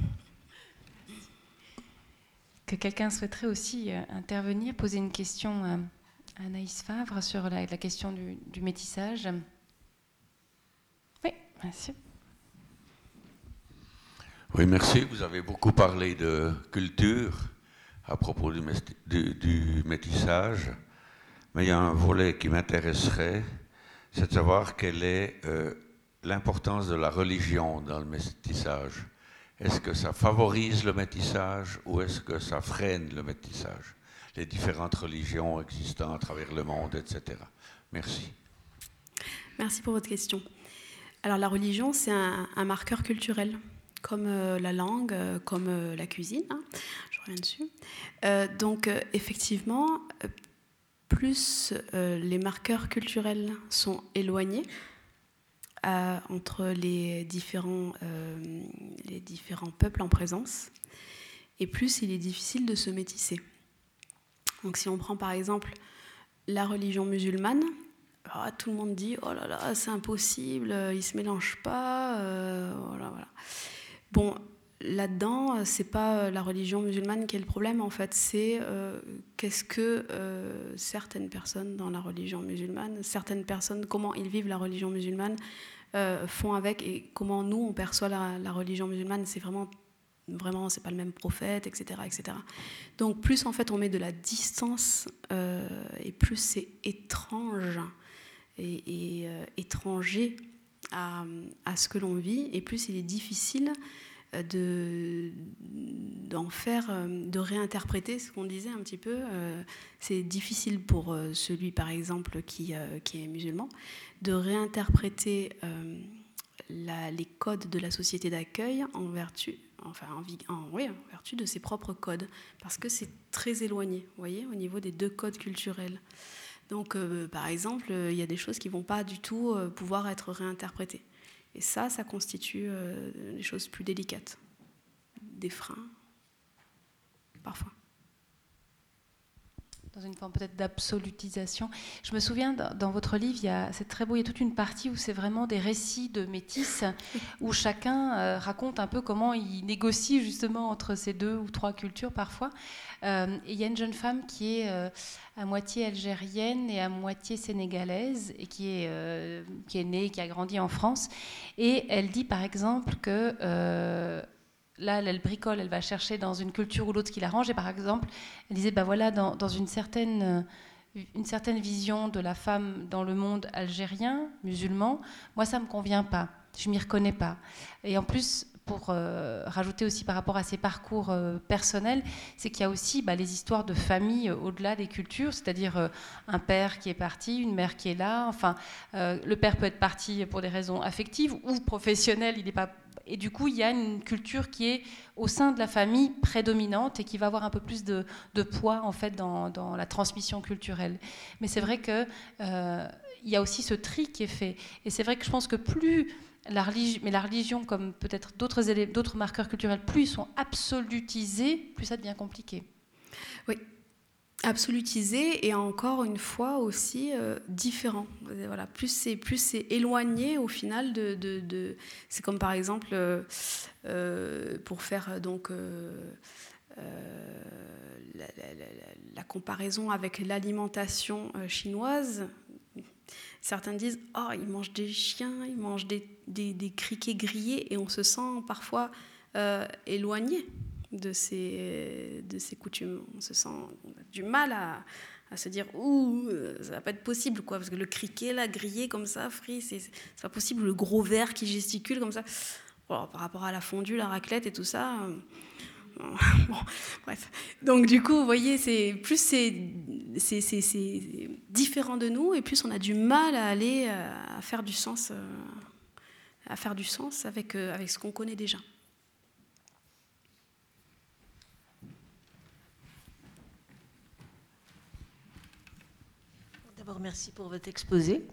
[SPEAKER 1] Que quelqu'un souhaiterait aussi euh, intervenir, poser une question euh, à Anaïs Favre sur la, la question du, du métissage. Oui, merci.
[SPEAKER 4] Oui, merci. Vous avez beaucoup parlé de culture à propos du, du, du métissage, mais il y a un volet qui m'intéresserait, c'est de savoir quelle est euh, l'importance de la religion dans le métissage. Est-ce que ça favorise le métissage ou est-ce que ça freine le métissage? Les différentes religions existant à travers le monde, et cetera. Merci.
[SPEAKER 3] Merci pour votre question. Alors la religion, c'est un, un marqueur culturel, comme euh, la langue, euh, comme euh, la cuisine. Hein, je reviens dessus. Euh, donc euh, effectivement... Euh, plus euh, les marqueurs culturels sont éloignés euh, entre les différents, euh, les différents peuples en présence, et plus il est difficile de se métisser. Donc si on prend par exemple la religion musulmane, alors, tout le monde dit « Oh là là, c'est impossible, ils ne se mélangent pas. Euh, » voilà, voilà. Bon, là-dedans, c'est pas la religion musulmane qui est le problème, en fait, c'est euh, qu'est-ce que euh, certaines personnes dans la religion musulmane, certaines personnes, comment ils vivent la religion musulmane, euh, font avec, et comment nous, on perçoit la, la religion musulmane, c'est vraiment, vraiment, c'est pas le même prophète, et cetera, et cetera. Donc, plus, en fait, on met de la distance, euh, et plus c'est étrange et, et euh, étranger à, à ce que l'on vit, et plus il est difficile de, d'en faire, de réinterpréter ce qu'on disait un petit peu. C'est difficile pour celui, par exemple, qui, qui est musulman, de réinterpréter la, les codes de la société d'accueil en vertu, enfin, en, en, oui, en vertu de ses propres codes, parce que c'est très éloigné, vous voyez, au niveau des deux codes culturels. Donc, euh, par exemple, il y a des choses qui ne vont pas du tout euh, pouvoir être réinterprétées. Et ça, ça constitue euh, des choses plus délicates, des freins, parfois.
[SPEAKER 1] Dans une forme peut-être d'absolutisation. Je me souviens, dans votre livre, il y a, c'est très beau, il y a toute une partie où c'est vraiment des récits de métis, où chacun euh, raconte un peu comment il négocie justement entre ces deux ou trois cultures parfois. Euh, et il y a une jeune femme qui est euh, à moitié algérienne et à moitié sénégalaise, et qui est, euh, qui est née, qui a grandi en France. Et elle dit par exemple que... Euh, Là, elle bricole, elle va chercher dans une culture ou l'autre ce qui l'arrange. Et par exemple, elle disait, bah voilà, dans, dans une, certaine, une certaine vision de la femme dans le monde algérien, musulman, moi, ça ne me convient pas. Je ne m'y reconnais pas. Et en plus, pour euh, rajouter aussi par rapport à ses parcours euh, personnels, c'est qu'il y a aussi bah, les histoires de famille euh, au-delà des cultures, c'est-à-dire euh, un père qui est parti, une mère qui est là. Enfin, euh, le père peut être parti pour des raisons affectives ou professionnelles, il n'est pas... Et du coup, il y a une culture qui est au sein de la famille prédominante et qui va avoir un peu plus de, de poids en fait dans, dans la transmission culturelle. Mais c'est vrai que euh, il y a aussi ce tri qui est fait. Et c'est vrai que je pense que plus la religion, mais la religion, comme peut-être d'autres élèves, d'autres marqueurs culturels, plus ils sont absolutisés, plus ça devient compliqué.
[SPEAKER 3] Oui. Absolutisé et encore une fois aussi euh, différent. Voilà, plus c'est plus c'est éloigné au final de, de, de c'est comme par exemple euh, euh, pour faire donc euh, euh, la, la, la, la comparaison avec l'alimentation euh, chinoise. Certains disent oh ils mangent des chiens, ils mangent des, des, des criquets grillés et on se sent parfois euh, éloigné de ces, de ces coutumes. On se sent on a du mal à, à se dire ouh, ça va pas être possible, quoi, parce que le criquet, là, grillé comme ça, frit, c'est, c'est pas possible. Le gros verre qui gesticule comme ça. Alors, par rapport à la fondue, la raclette et tout ça. Euh, bon, bref. Donc, du coup, vous voyez, c'est, plus c'est, c'est, c'est, c'est différent de nous, et plus on a du mal à aller à faire du sens, à faire du sens avec, avec ce qu'on connaît déjà.
[SPEAKER 5] D'abord, merci pour votre exposé.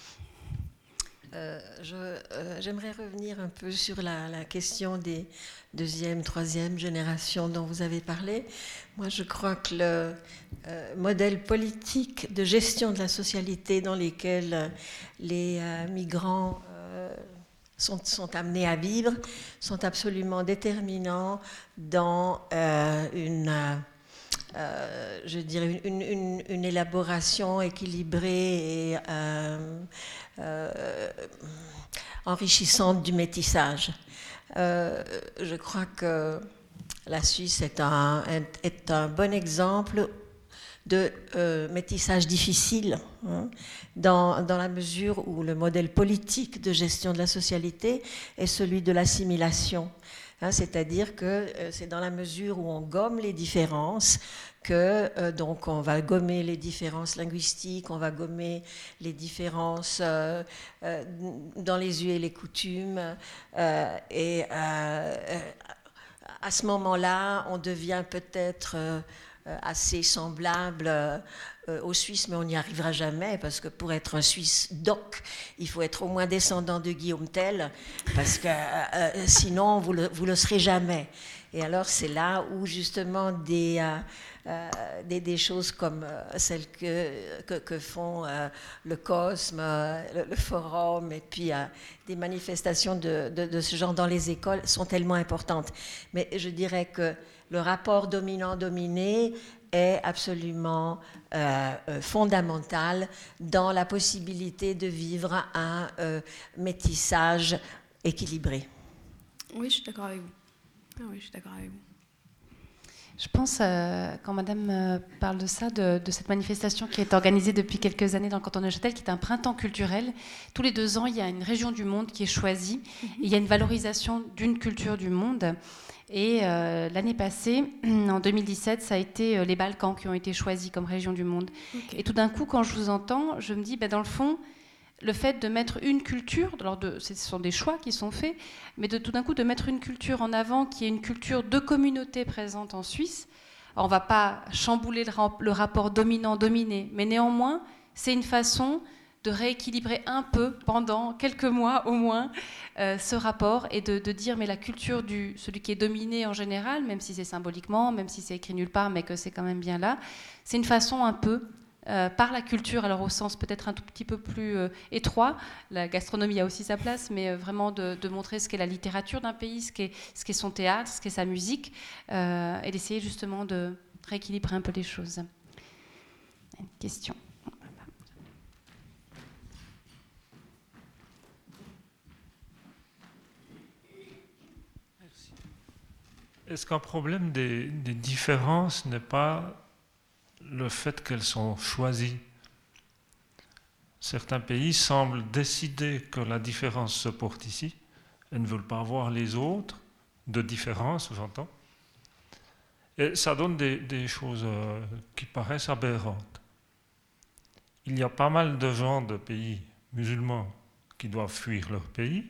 [SPEAKER 5] Euh, je, euh, j'aimerais revenir un peu sur la, la question des deuxième, troisième générations dont vous avez parlé. Moi, je crois que le euh, modèle politique de gestion de la socialité dans lequel les euh, migrants euh, sont, sont amenés à vivre sont absolument déterminants dans euh, une... Euh, Euh, je dirais une, une, une élaboration équilibrée et euh, euh, enrichissante du métissage. Euh, je crois que la Suisse est un, est un bon exemple de euh, métissage difficile, hein, dans, dans la mesure où le modèle politique de gestion de la socialité est celui de l'assimilation. Hein, c'est-à-dire que euh, c'est dans la mesure où on gomme les différences que euh, donc on va gommer les différences linguistiques, on va gommer les différences euh, euh, dans les us et les coutumes, euh, et euh, à ce moment-là, on devient peut-être euh, assez semblable euh, aux Suisses, mais on n'y arrivera jamais, parce que pour être un Suisse doc, il faut être au moins descendant de Guillaume Tell, parce que euh, sinon, vous le, vous le serez jamais. Et alors, c'est là où, justement, des, euh, euh, des, des choses comme euh, celles que, que, que font euh, le Cosme, euh, le, le Forum, et puis euh, des manifestations de, de, de ce genre dans les écoles sont tellement importantes. Mais je dirais que le rapport dominant-dominé est absolument euh, fondamental dans la possibilité de vivre un euh, métissage équilibré.
[SPEAKER 3] Oui, je suis d'accord avec vous. Ah oui, je suis d'accord avec vous.
[SPEAKER 1] Je pense, euh, quand Madame euh, parle de ça, de, de cette manifestation qui est organisée depuis quelques années dans le canton de Neuchâtel, qui est un printemps culturel. Tous les deux ans, il y a une région du monde qui est choisie. Mm-hmm. Et il y a une valorisation d'une culture du monde. Et euh, l'année passée, en deux mille dix-sept, ça a été euh, les Balkans qui ont été choisis comme région du monde. Okay. Et tout d'un coup, quand je vous entends, je me dis, ben, dans le fond, le fait de mettre une culture, alors de, ce sont des choix qui sont faits, mais de tout d'un coup de mettre une culture en avant qui est une culture de communauté présente en Suisse. Alors on ne va pas chambouler le, le rapport dominant-dominé, mais néanmoins, c'est une façon de rééquilibrer un peu, pendant quelques mois au moins, euh, ce rapport et de, de dire, mais la culture du celui qui est dominé en général, même si c'est symboliquement, même si c'est écrit nulle part, mais que c'est quand même bien là, c'est une façon un peu... Euh, par la culture, alors au sens peut-être un tout petit peu plus euh, étroit, la gastronomie a aussi sa place, mais euh, vraiment de, de montrer ce qu'est la littérature d'un pays, ce qu'est, ce qu'est son théâtre, ce qu'est sa musique, euh, et d'essayer justement de rééquilibrer un peu les choses. Une question.
[SPEAKER 6] Merci. Est-ce qu'un problème des, des différences n'est pas le fait qu'elles sont choisies? Certains pays semblent décider que la différence se porte ici et ne veulent pas voir les autres, de différence, j'entends. Et ça donne des, des choses euh, qui paraissent aberrantes. Il y a pas mal de gens de pays musulmans qui doivent fuir leur pays.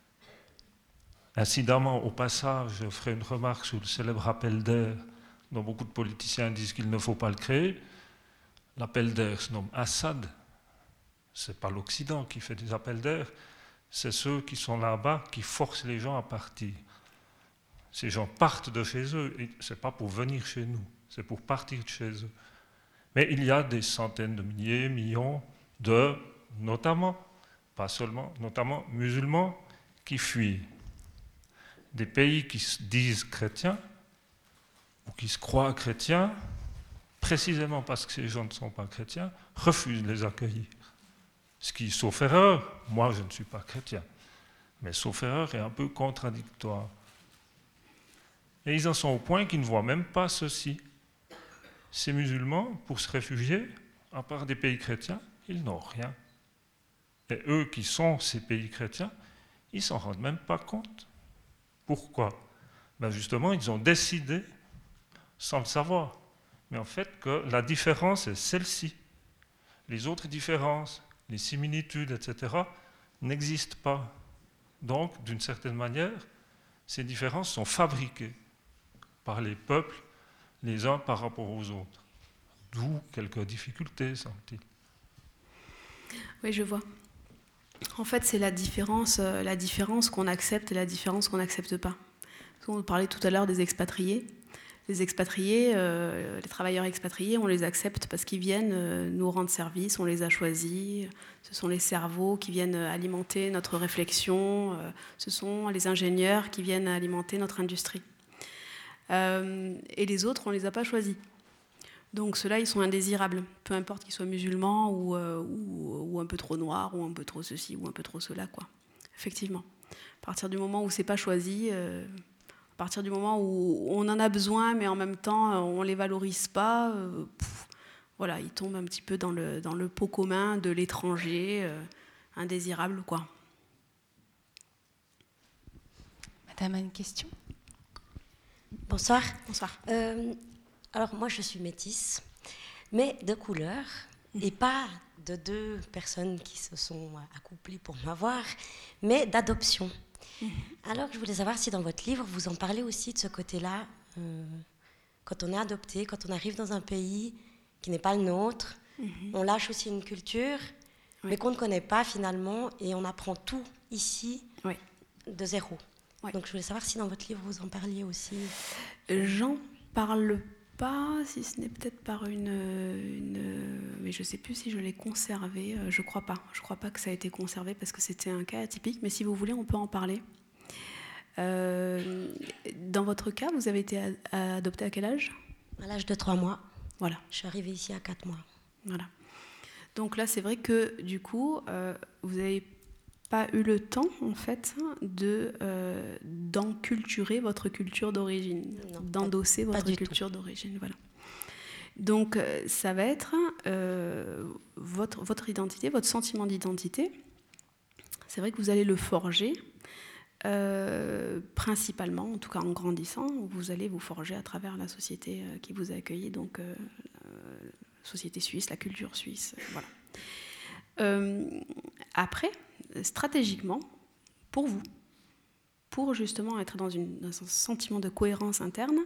[SPEAKER 6] Incidemment, au passage, je ferai une remarque sur le célèbre appel d'air dont beaucoup de politiciens disent qu'il ne faut pas le créer. L'appel d'air se nomme Assad. Ce n'est pas l'Occident qui fait des appels d'air, c'est ceux qui sont là-bas qui forcent les gens à partir. Ces gens partent de chez eux, et ce n'est pas pour venir chez nous, c'est pour partir de chez eux. Mais il y a des centaines de milliers, millions de, notamment, pas seulement, notamment musulmans, qui fuient. Des pays qui se disent chrétiens, ou qui se croient chrétiens, précisément parce que ces gens ne sont pas chrétiens, refusent de les accueillir. Ce qui, sauf erreur, moi je ne suis pas chrétien, mais sauf erreur est un peu contradictoire. Et ils en sont au point qu'ils ne voient même pas ceci. Ces musulmans, pour se réfugier, à part des pays chrétiens, ils n'ont rien. Et eux qui sont ces pays chrétiens, ils ne s'en rendent même pas compte. Pourquoi? Ben justement, ils ont décidé, sans le savoir, mais en fait que la différence est celle-ci. Les autres différences, les similitudes, et cetera, n'existent pas. Donc, d'une certaine manière, ces différences sont fabriquées par les peuples, les uns par rapport aux autres. D'où quelques difficultés, semble-t-il.
[SPEAKER 3] Oui, je vois. En fait, c'est la différence, euh, la différence qu'on accepte et la différence qu'on n'accepte pas. On parlait tout à l'heure des expatriés. Les expatriés, euh, les travailleurs expatriés, on les accepte parce qu'ils viennent euh, nous rendre service, on les a choisis. Ce sont les cerveaux qui viennent alimenter notre réflexion. Euh, ce sont les ingénieurs qui viennent alimenter notre industrie. Euh, et les autres, on ne les a pas choisis. Donc ceux-là, ils sont indésirables, peu importe qu'ils soient musulmans ou, euh, ou, ou un peu trop noirs, ou un peu trop ceci, ou un peu trop cela, quoi. Effectivement. À partir du moment où c'est pas choisi, euh, à partir du moment où on en a besoin, mais en même temps, on les valorise pas, euh, pff, voilà, ils tombent un petit peu dans le, dans le pot commun de l'étranger, euh, indésirable, quoi.
[SPEAKER 1] Madame a une question?
[SPEAKER 7] Bonsoir.
[SPEAKER 3] Bonsoir.
[SPEAKER 7] Euh, alors moi je suis métisse, mais de couleur, mmh. et pas de deux personnes qui se sont accouplées pour m'avoir, mais d'adoption. Mmh. Alors je voulais savoir si dans votre livre vous en parlez aussi de ce côté-là, euh, quand on est adopté, quand on arrive dans un pays qui n'est pas le nôtre, mmh. on lâche aussi une culture, oui. mais qu'on ne connaît pas finalement, et on apprend tout ici oui. de zéro. Ouais. Donc je voulais savoir si dans votre livre vous en parliez aussi.
[SPEAKER 3] J'en parle pas, si ce n'est peut-être par une, une... mais je ne sais plus si je l'ai conservé, je crois pas. Je crois pas que ça a été conservé parce que c'était un cas atypique, mais si vous voulez, on peut en parler. Euh, dans votre cas, vous avez été adopté à quel âge?
[SPEAKER 7] À l'âge de trois mois.
[SPEAKER 3] Voilà.
[SPEAKER 7] Je suis arrivée ici à quatre mois.
[SPEAKER 3] Voilà. Donc là, c'est vrai que du coup, euh, vous avez pas eu le temps, en fait, de, euh, d'enculturer votre culture d'origine,
[SPEAKER 7] Non,
[SPEAKER 3] d'endosser
[SPEAKER 7] pas- pas
[SPEAKER 3] votre
[SPEAKER 7] du
[SPEAKER 3] culture d'origine. Voilà. Donc, euh, ça va être euh, votre, votre identité, votre sentiment d'identité. C'est vrai que vous allez le forger, euh, principalement, en tout cas en grandissant, vous allez vous forger à travers la société euh, qui vous a accueilli, donc euh, euh, société suisse, la culture suisse, euh, voilà. Euh, après, stratégiquement, pour vous, pour justement être dans, une, dans un sentiment de cohérence interne,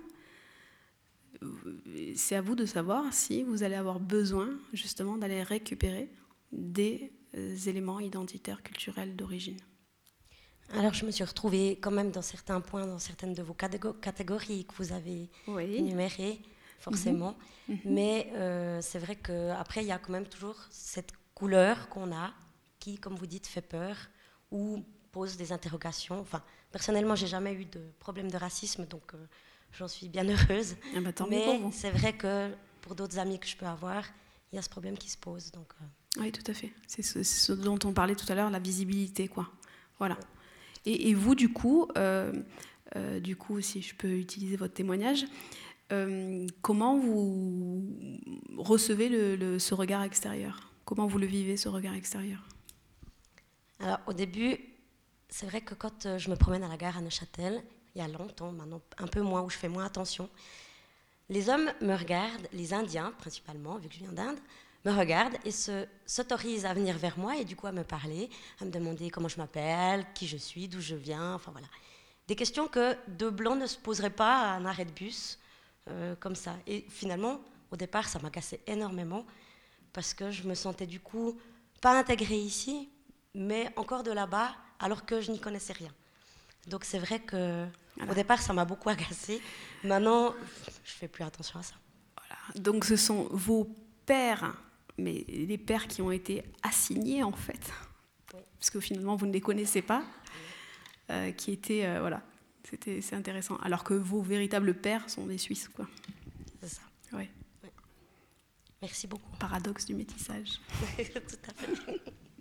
[SPEAKER 3] c'est à vous de savoir si vous allez avoir besoin justement d'aller récupérer des euh, éléments identitaires culturels d'origine.
[SPEAKER 7] Alors, je me suis retrouvée quand même dans certains points, dans certaines de vos catégo- catégories que vous avez
[SPEAKER 3] Oui.
[SPEAKER 7] énumérées, forcément.
[SPEAKER 3] Mhm. Mhm.
[SPEAKER 7] Mais euh, c'est vrai qu'après, il y a quand même toujours cette couleur qu'on a, qui, comme vous dites, fait peur ou pose des interrogations. Enfin, personnellement, j'ai jamais eu de problème de racisme, donc euh, j'en suis bien heureuse.
[SPEAKER 3] Ah bah, tant mieux pour
[SPEAKER 7] Mais
[SPEAKER 3] vous.
[SPEAKER 7] c'est vrai que pour d'autres amis que je peux avoir, il y a ce problème qui se pose. Donc, euh,
[SPEAKER 3] Oui, tout à fait. C'est ce, c'est ce dont on parlait tout à l'heure, la visibilité, quoi. Voilà. Et, et vous, du coup, euh, euh, du coup, si je peux utiliser votre témoignage, euh, comment vous recevez le, le, ce regard extérieur ? Comment vous le vivez, ce regard extérieur ?
[SPEAKER 7] Alors, au début, c'est vrai que quand euh, je me promène à la gare à Neuchâtel, il y a longtemps, maintenant un peu moins, où je fais moins attention, les hommes me regardent, les Indiens principalement, vu que je viens d'Inde, me regardent et se, s'autorisent à venir vers moi et du coup à me parler, à me demander comment je m'appelle, qui je suis, d'où je viens, enfin voilà. Des questions que deux blancs ne se poseraient pas à un arrêt de bus, euh, comme ça. Et finalement, au départ, ça m'a cassé énormément parce que je me sentais du coup pas intégrée ici, mais encore de là-bas, alors que je n'y connaissais rien. Donc c'est vrai que voilà. Au départ, ça m'a beaucoup agacée. Maintenant, je fais plus attention à ça.
[SPEAKER 3] Voilà. Donc ce sont vos pères, mais les pères qui ont été assignés en fait, oui. Parce que finalement vous ne les connaissez pas, oui. euh, qui étaient euh, voilà, c'était c'est intéressant. Alors que vos véritables pères sont des Suisses, quoi.
[SPEAKER 7] C'est ça.
[SPEAKER 3] Ouais.
[SPEAKER 7] Oui. Merci beaucoup.
[SPEAKER 3] Paradoxe du métissage.
[SPEAKER 7] Tout à fait.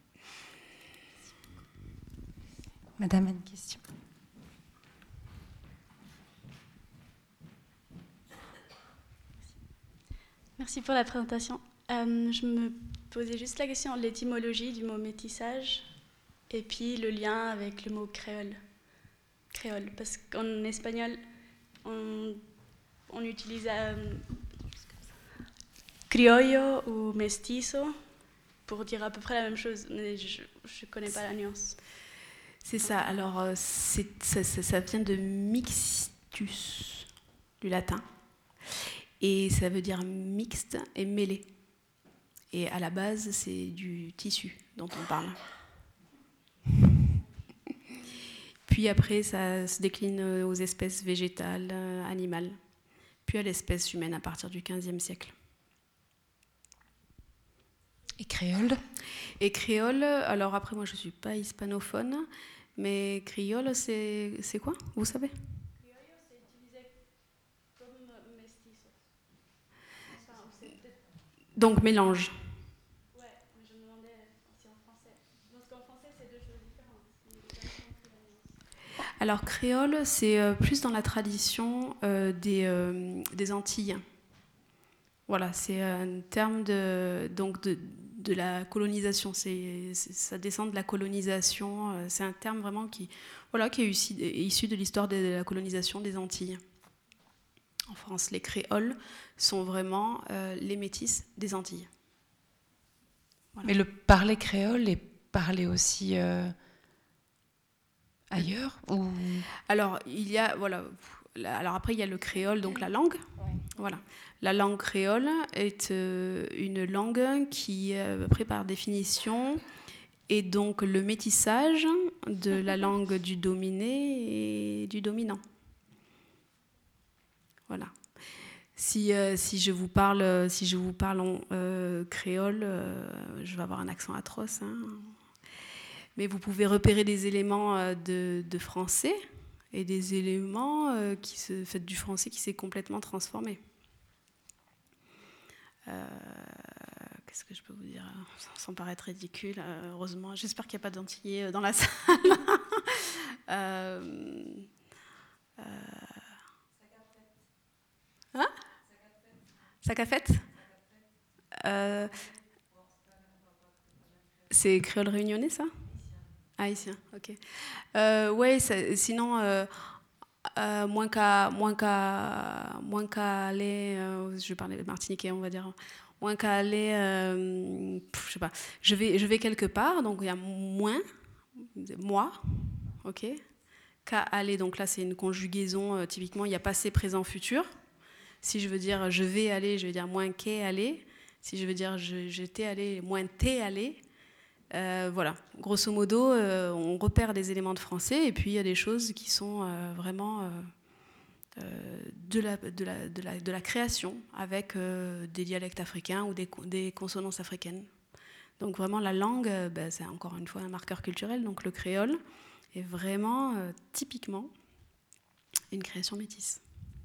[SPEAKER 1] Madame a une question.
[SPEAKER 8] Merci pour la présentation. Euh, je me posais juste la question de l'étymologie du mot métissage et puis le lien avec le mot créole. Créole, parce qu'en espagnol, on, on utilise euh, criollo ou mestizo pour dire à peu près la même chose, mais je ne connais pas la nuance.
[SPEAKER 3] C'est ça. Alors, c'est, ça, ça, ça vient de mixtus, du latin. Et ça veut dire mixte et mêlé. Et à la base, c'est du tissu dont on parle. Puis après, ça se décline aux espèces végétales, animales, puis à l'espèce humaine à partir du quinzième siècle.
[SPEAKER 1] Et créole ?
[SPEAKER 3] Et créole, alors après, moi je ne suis pas hispanophone, mais créole, c'est, c'est quoi ? Vous savez ? Donc mélange.
[SPEAKER 8] Ouais, mais je me demandais si en français. Parce qu'en français, c'est deux choses différentes.
[SPEAKER 3] Alors créole, c'est euh, plus dans la tradition euh, des, euh, des Antilles. Voilà, c'est un terme de, donc de, de la colonisation. C'est, c'est, ça descend de la colonisation. Euh, c'est un terme vraiment qui, voilà, qui est issu, est issu de l'histoire de la colonisation des Antilles. En France, les créoles sont vraiment euh, les métis des Antilles.
[SPEAKER 1] Voilà. Mais le parler créole est parlé aussi euh, ailleurs ou...
[SPEAKER 3] Alors, il y a, voilà, alors après, il y a le créole, donc la langue. Ouais. Voilà. La langue créole est euh, une langue qui, euh, après, par définition, est donc le métissage de la langue du dominé et du dominant. Voilà. Si, euh, si je vous parle, si je vous parle en euh, créole, euh, je vais avoir un accent atroce. Hein. Mais vous pouvez repérer des éléments euh, de, de français et des éléments euh, qui se fait du français qui s'est complètement transformé. Euh, qu'est-ce que je peux vous dire sans paraître ridicule, euh, heureusement. J'espère qu'il n'y a pas d'antillais dans la salle. euh, euh, hein Sacafette euh, C'est créole réunionnais, ça? Haïtien, ok. Euh, ouais, ça, sinon, euh, euh, moins qu'à moins qu'à moins qu'à aller, euh, je vais parler martiniquais, on va dire, moins qu'à aller, euh, pff, je sais pas. Je vais, je vais quelque part, donc il y a moins, moi, ok, qu'à aller. Donc là, c'est une conjugaison. Euh, typiquement, il y a passé, présent, futur. Si je veux dire je vais aller, je vais dire moins qu'est aller. Si je veux dire je, j'étais allé, moins t'es allé. Euh, voilà, grosso modo, euh, on repère des éléments de français et puis il y a des choses qui sont euh, vraiment euh, euh, de, la, de, la, de, la, de la création avec euh, des dialectes africains ou des, des consonances africaines. Donc vraiment la langue, euh, ben, c'est encore une fois un marqueur culturel, donc le créole est vraiment euh, typiquement une création métisse.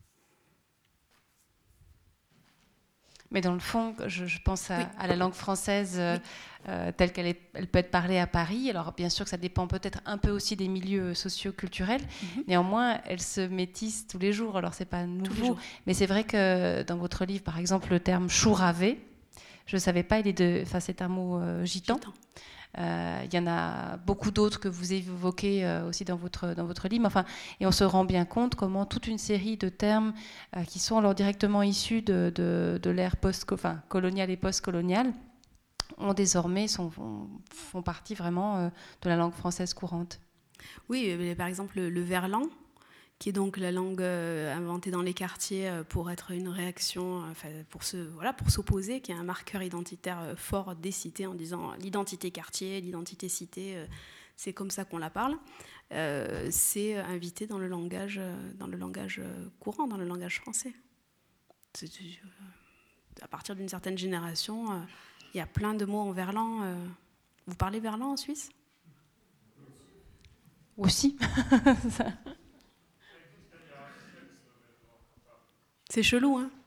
[SPEAKER 1] Mais dans le fond, je, je pense à,
[SPEAKER 3] oui.
[SPEAKER 1] à la langue française euh, oui. euh, telle qu'elle est, elle peut être parlée à Paris. Alors bien sûr que ça dépend peut-être un peu aussi des milieux socio-culturels. Mm-hmm. Néanmoins, elle se métisse tous les jours. Alors c'est pas nouveau, mais c'est vrai que dans votre livre, par exemple, le terme chouravé, je ne savais pas, il est de, enfin c'est un mot euh, gitan. gitan. Euh, il y en a beaucoup d'autres que vous évoquez euh, aussi dans votre, dans votre livre. Enfin, et on se rend bien compte comment toute une série de termes euh, qui sont alors directement issus de, de, de l'ère post, enfin, coloniale et post-coloniale ont désormais sont, font, font partie vraiment euh, de la langue française courante.
[SPEAKER 3] Oui, mais par exemple le, le verlan, qui est donc la langue euh, inventée dans les quartiers euh, pour être une réaction, enfin, pour, se, voilà, pour s'opposer, qui est un marqueur identitaire euh, fort des cités en disant l'identité quartier, l'identité cité, euh, c'est comme ça qu'on la parle. Euh, c'est invité dans le langage, dans le langage courant, dans le langage français. C'est, euh, à partir d'une certaine génération, euh, il y a plein de mots en verlan. Euh. Vous parlez verlan en Suisse ?
[SPEAKER 1] Aussi.
[SPEAKER 3] C'est chelou, hein.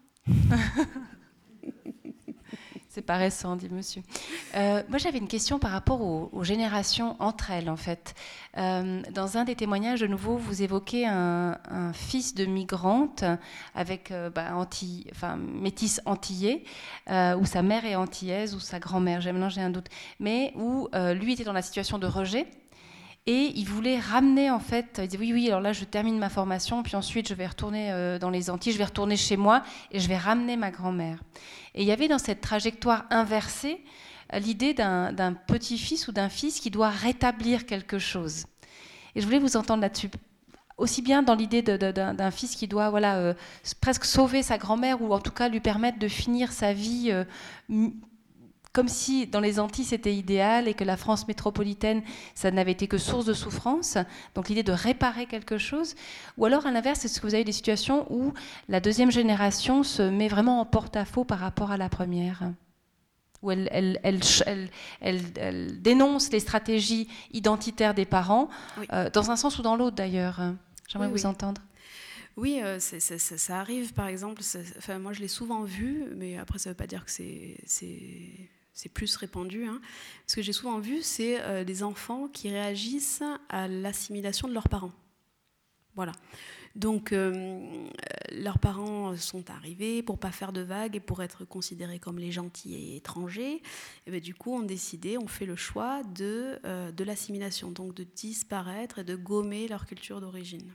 [SPEAKER 1] C'est pas récent, dit monsieur. Euh, moi, j'avais une question par rapport aux, aux générations entre elles, en fait. Euh, dans un des témoignages, de nouveau, vous évoquez un, un fils de migrante avec euh, bah, anti, enfin, métis antillais, euh, où sa mère est antillaise, ou sa grand-mère, j'ai, maintenant j'ai un doute, mais où euh, lui était dans la situation de rejet. Et il voulait ramener, en fait, il disait oui, oui, alors là, je termine ma formation, puis ensuite, je vais retourner euh, dans les Antilles, je vais retourner chez moi, et je vais ramener ma grand-mère. Et il y avait dans cette trajectoire inversée l'idée d'un, d'un petit-fils ou d'un fils qui doit rétablir quelque chose. Et je voulais vous entendre là-dessus, aussi bien dans l'idée de, de, d'un, d'un fils qui doit voilà, euh, presque sauver sa grand-mère, ou en tout cas lui permettre de finir sa vie euh, m- comme si dans les Antilles c'était idéal et que la France métropolitaine ça n'avait été que source de souffrance, donc l'idée de réparer quelque chose, ou alors à l'inverse, est-ce que vous avez des situations où la deuxième génération se met vraiment en porte-à-faux par rapport à la première, où elle, elle, elle, elle, elle, elle dénonce les stratégies identitaires des parents, oui. euh, dans un sens ou dans l'autre d'ailleurs. J'aimerais oui, vous oui. entendre.
[SPEAKER 3] Oui, euh, c'est, c'est, ça, ça arrive par exemple, enfin, moi je l'ai souvent vu, mais après ça ne veut pas dire que c'est... c'est... c'est plus répandu. Hein. Ce que j'ai souvent vu, c'est euh, des enfants qui réagissent à l'assimilation de leurs parents. Voilà. Donc, euh, leurs parents sont arrivés pour ne pas faire de vagues et pour être considérés comme les gentils et étrangers. Et bien, du coup, on décidé, on fait le choix de, euh, de l'assimilation, donc de disparaître et de gommer leur culture d'origine.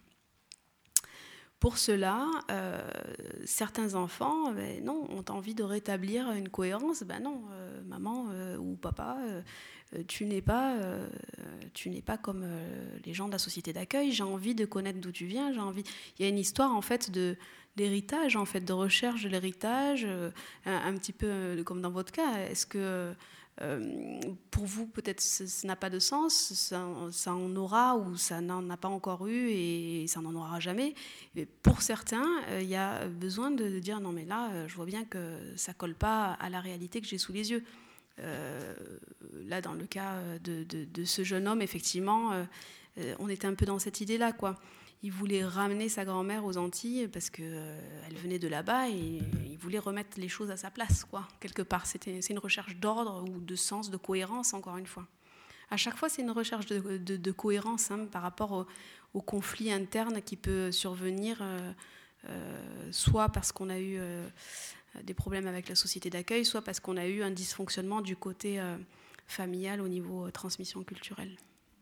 [SPEAKER 3] Pour cela, euh, certains enfants ben non, ont envie de rétablir une cohérence. Ben non, euh, maman euh, ou papa, euh, tu n'es pas, euh, tu n'es pas comme euh, les gens de la société d'accueil. J'ai envie de connaître d'où tu viens. J'ai envie. Il y a une histoire en fait de d'héritage, en fait, de recherche de l'héritage, euh, un, un petit peu euh, comme dans votre cas. Est-ce que Euh, pour vous, peut-être ça, ça n'a pas de sens, ça, ça en aura ou ça n'en a pas encore eu et ça n'en aura jamais. Mais pour certains, il euh, y a besoin de, de dire non mais là, euh, je vois bien que ça ne colle pas à la réalité que j'ai sous les yeux. Euh, là, dans le cas de, de, de ce jeune homme, effectivement, euh, on était un peu dans cette idée-là, quoi. il voulait ramener sa grand-mère aux Antilles parce qu'elle euh, venait de là-bas et il voulait remettre les choses à sa place, quoi, quelque part. C'était, c'est une recherche d'ordre ou de sens, de cohérence, encore une fois. À chaque fois, c'est une recherche de, de, de cohérence hein, par rapport au, au conflit interne qui peut survenir, euh, euh, soit parce qu'on a eu euh, des problèmes avec la société d'accueil, soit parce qu'on a eu un dysfonctionnement du côté euh, familial au niveau euh, transmission culturelle.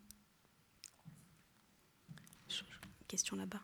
[SPEAKER 3] Question là-bas.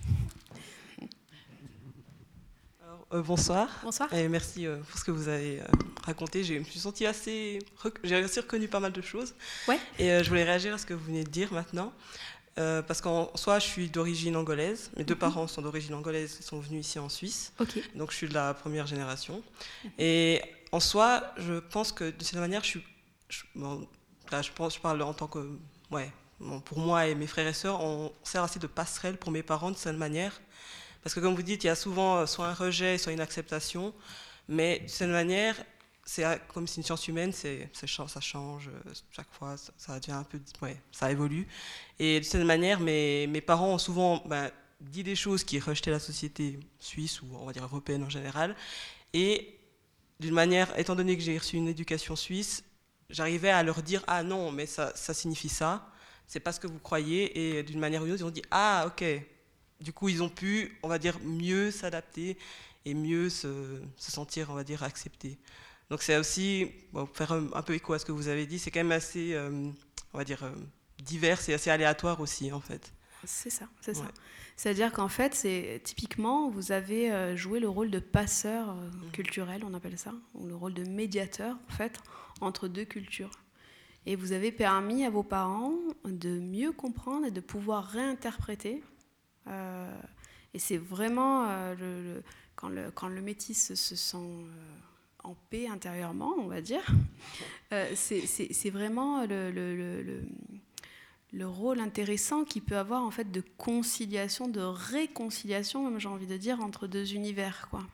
[SPEAKER 9] Alors, euh, bonsoir.
[SPEAKER 3] Bonsoir.
[SPEAKER 9] Et merci euh, pour ce que vous avez euh, raconté. Je me suis sentie assez, rec- j'ai aussi reconnu pas mal de choses.
[SPEAKER 3] Ouais.
[SPEAKER 9] Et euh, je voulais réagir à ce que vous venez de dire maintenant, euh, parce qu'en soi, je suis d'origine angolaise. Mes deux mm-hmm. parents sont d'origine angolaise, ils sont venus ici en Suisse.
[SPEAKER 3] Okay.
[SPEAKER 9] Donc je suis de la première génération. Mm-hmm. Et en soi, je pense que de cette manière, je suis, je, bon, là, je pense, je parle en tant que, ouais. Bon, pour moi et mes frères et sœurs, on sert assez de passerelle pour mes parents de cette manière. Parce que comme vous dites, il y a souvent soit un rejet, soit une acceptation. Mais de cette manière, c'est comme c'est une science humaine, c'est, c'est, ça change chaque fois, ça, ça devient un peu, ouais, ça évolue. Et de cette manière, mes, mes parents ont souvent ben, dit des choses qui rejetaient la société suisse, ou on va dire européenne en général. Et d'une manière, étant donné que j'ai reçu une éducation suisse, j'arrivais à leur dire « Ah non, mais ça, ça signifie ça ». C'est pas ce que vous croyez, et d'une manière ou d'une autre, ils ont dit « Ah, ok ». Du coup, ils ont pu, on va dire, mieux s'adapter et mieux se, se sentir, on va dire, acceptés. Donc c'est aussi, bon, pour faire un, un peu écho à ce que vous avez dit, c'est quand même assez, euh, on va dire, euh, divers et assez aléatoire aussi, en fait.
[SPEAKER 3] C'est ça, c'est
[SPEAKER 9] ouais.
[SPEAKER 3] ça. C'est-à-dire qu'en fait, c'est, typiquement, vous avez euh, joué le rôle de passeur euh, mmh. culturel, on appelle ça, ou le rôle de médiateur, en fait, entre deux cultures. Et vous avez permis à vos parents de mieux comprendre et de pouvoir réinterpréter. Euh, et c'est vraiment euh, le, le, quand, le, quand le métis se sent euh, en paix intérieurement, on va dire, euh, c'est, c'est, c'est vraiment le, le, le, le, le rôle intéressant qu'il peut avoir en fait de conciliation, de réconciliation, même j'ai envie de dire, entre deux univers, quoi.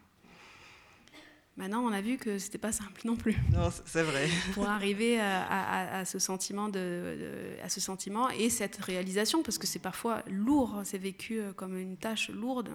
[SPEAKER 3] Maintenant, on a vu que c'était pas simple non plus.
[SPEAKER 9] Non, c'est vrai.
[SPEAKER 3] Pour arriver à, à, à ce sentiment de, de, à ce sentiment et cette réalisation, parce que c'est parfois lourd, c'est vécu comme une tâche lourde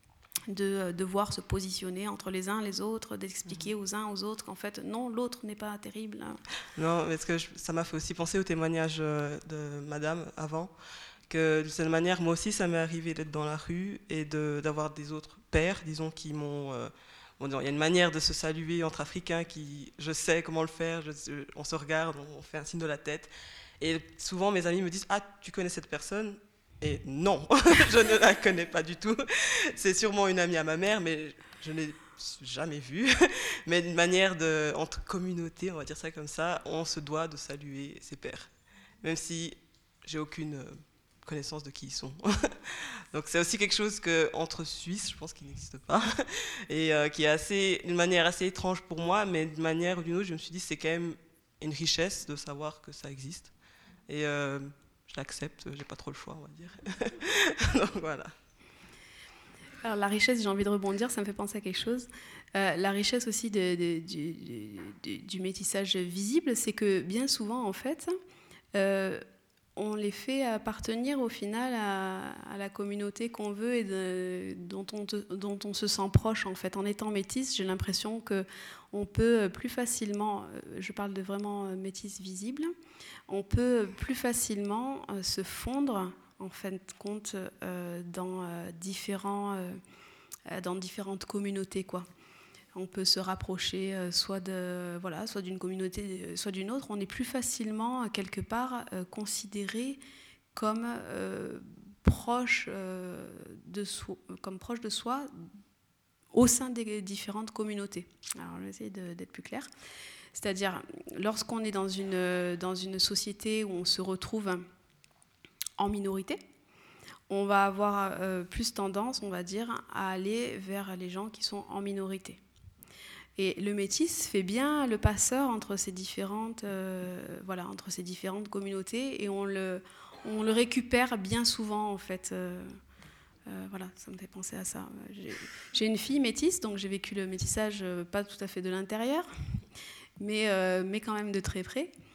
[SPEAKER 3] de devoir se positionner entre les uns et les autres, d'expliquer aux uns aux autres qu'en fait non, l'autre n'est pas terrible.
[SPEAKER 9] Non, parce que je, ça m'a fait aussi penser au témoignage de Madame avant, que de cette manière, moi aussi, ça m'est arrivé d'être dans la rue et de, d'avoir des autres pères, disons, qui m'ont euh, Bon, il y a une manière de se saluer entre Africains qui, je sais comment le faire, je, on se regarde, on fait un signe de la tête. Et souvent, mes amis me disent « Ah, tu connais cette personne ?» Et non, je ne la connais pas du tout. C'est sûrement une amie à ma mère, mais je ne l'ai jamais vue. Mais d'une manière de, entre communautés, on va dire ça comme ça, on se doit de saluer ses pairs. Même si j'ai aucune connaissance de qui ils sont. Donc c'est aussi quelque chose que entre Suisses, je pense qu'il n'existe pas, et euh, qui est assez, d'une manière assez étrange pour moi, mais d'une manière ou d'une autre, je me suis dit c'est quand même une richesse de savoir que ça existe, et euh, je l'accepte, j'ai pas trop le choix, on va dire. Donc voilà.
[SPEAKER 3] Alors la richesse, j'ai envie de rebondir, ça me fait penser à quelque chose. Euh, la richesse aussi de, de, du, du, du métissage visible, c'est que bien souvent, en fait, euh, on les fait appartenir au final à, à la communauté qu'on veut et de, dont, on te, dont on se sent proche. En fait, en étant métisse, j'ai l'impression qu'on peut plus facilement, je parle de vraiment métisse visible, on peut plus facilement se fondre en fin de compte euh, dans, euh, différents, euh, dans différentes communautés, quoi. On peut se rapprocher euh, soit, de, voilà, soit d'une communauté, soit d'une autre. On est plus facilement, quelque part, euh, considéré comme, euh, proche, euh, de so, comme proche de soi au sein des différentes communautés. Alors, je vais essayer de, d'être plus clair. C'est-à-dire, lorsqu'on est dans une, dans une société où on se retrouve en minorité, on va avoir euh, plus tendance, on va dire, à aller vers les gens qui sont en minorité. Et le métis fait bien le passeur entre ces différentes, euh, voilà, entre ces différentes communautés, et on le, on le récupère bien souvent, en fait. Euh, euh, voilà, ça me fait penser à ça. J'ai, j'ai une fille métisse, donc j'ai vécu le métissage, euh, pas tout à fait de l'intérieur, mais, euh, mais quand même de très près.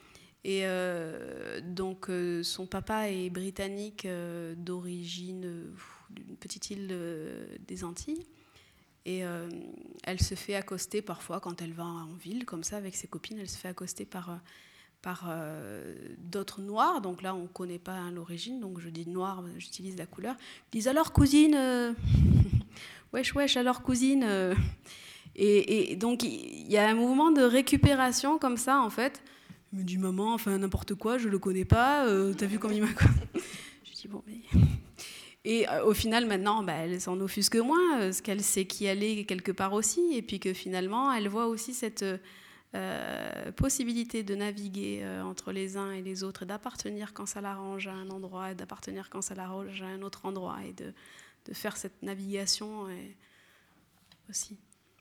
[SPEAKER 3] Et euh, donc, euh, son papa est britannique euh, d'origine euh, d'une petite île euh, des Antilles. Et euh, elle se fait accoster parfois quand elle va en ville, comme ça, avec ses copines. Elle se fait accoster par, par euh, d'autres noirs. Donc là, on ne connaît pas hein, l'origine. Donc je dis noir, j'utilise la couleur. Ils disent alors, cousine, euh... wesh, wesh, alors, cousine. Euh... Et, et donc, il y a un mouvement de récupération comme ça, en fait. Il me dit, maman, enfin, n'importe quoi, je le connais pas, euh, t'as vu comme il m'a... Je dis, bon, mais... Et euh, au final, maintenant, bah, elle s'en offusque moins, parce qu'elle sait qui elle est quelque part aussi, et puis que finalement, elle voit aussi cette euh, possibilité de naviguer euh, entre les uns et les autres, et d'appartenir quand ça l'arrange à un endroit, et d'appartenir quand ça l'arrange à un autre endroit, et de, de faire cette navigation et... aussi.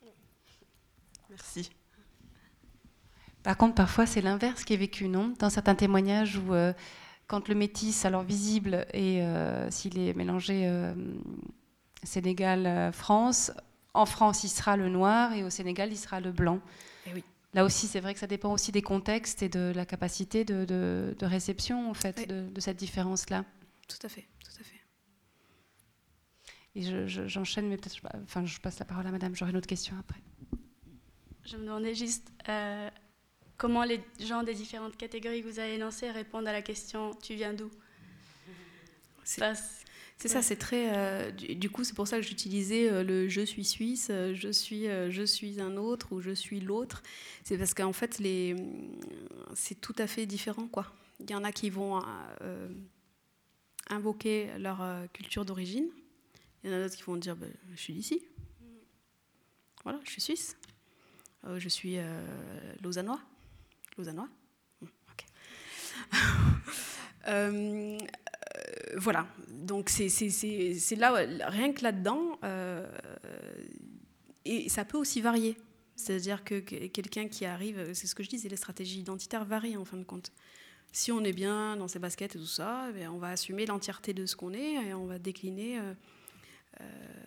[SPEAKER 9] Merci.
[SPEAKER 1] Par contre, parfois, c'est l'inverse qui est vécu, non ? Dans certains témoignages où, euh, quand le métis, alors visible, et euh, s'il est mélangé euh, Sénégal-France, en France, il sera le noir, et au Sénégal, il sera le blanc.
[SPEAKER 3] Et oui.
[SPEAKER 1] Là aussi, c'est vrai que ça dépend aussi des contextes et de la capacité de, de, de réception, en fait, oui. de, de cette différence-là.
[SPEAKER 3] Tout à fait, tout à fait.
[SPEAKER 1] Et je, je, j'enchaîne, mais peut-être, enfin, je passe la parole à madame, j'aurai une autre question après.
[SPEAKER 8] Je me demandais juste... Euh, Comment les gens des différentes catégories que vous avez énoncées répondent à la question « Tu viens d'où »
[SPEAKER 3] C'est, c'est ça, c'est très... Euh, du, du coup, c'est pour ça que j'utilisais euh, le « je suis suisse euh, »,« je suis, euh, je suis un autre » ou « je suis l'autre ». C'est parce qu'en fait, les, c'est tout à fait différent, quoi. Il y en a qui vont euh, invoquer leur euh, culture d'origine. Il y en a d'autres qui vont dire bah, « je suis d'ici ». Voilà, je suis suisse. Euh, je suis euh, lausannois. Lausannois okay. euh, euh, Voilà, donc c'est, c'est, c'est, c'est là, rien que là-dedans, euh, et ça peut aussi varier. C'est-à-dire que, que quelqu'un qui arrive, c'est ce que je dis, c'est les stratégies identitaires varient en fin de compte. Si on est bien dans ses baskets et tout ça, eh bien, on va assumer l'entièreté de ce qu'on est et on va décliner euh, euh,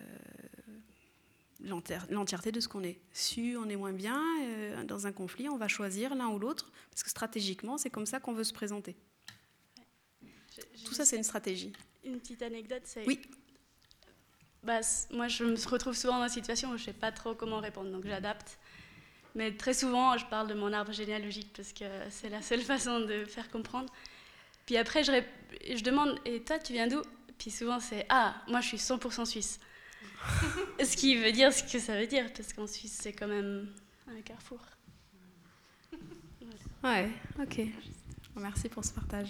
[SPEAKER 3] l'entièreté de ce qu'on est. Si on est moins bien euh, dans un conflit, on va choisir l'un ou l'autre, parce que stratégiquement, c'est comme ça qu'on veut se présenter.
[SPEAKER 8] J'ai, j'ai
[SPEAKER 3] Tout ça, c'est une stratégie.
[SPEAKER 8] Une petite anecdote, c'est...
[SPEAKER 3] Oui.
[SPEAKER 8] Bah, moi, je me retrouve souvent dans une situation où je ne sais pas trop comment répondre, donc j'adapte. Mais très souvent, je parle de mon arbre généalogique, parce que c'est la seule façon de faire comprendre. Puis après, je, rép... je demande « Et toi, tu viens d'où ?» Puis souvent, c'est « Ah, moi, je suis cent pour cent suisse. » Ce qui veut dire ce que ça veut dire, parce qu'en Suisse, c'est quand même un carrefour.
[SPEAKER 3] Voilà. Ouais, ok. Merci pour ce partage.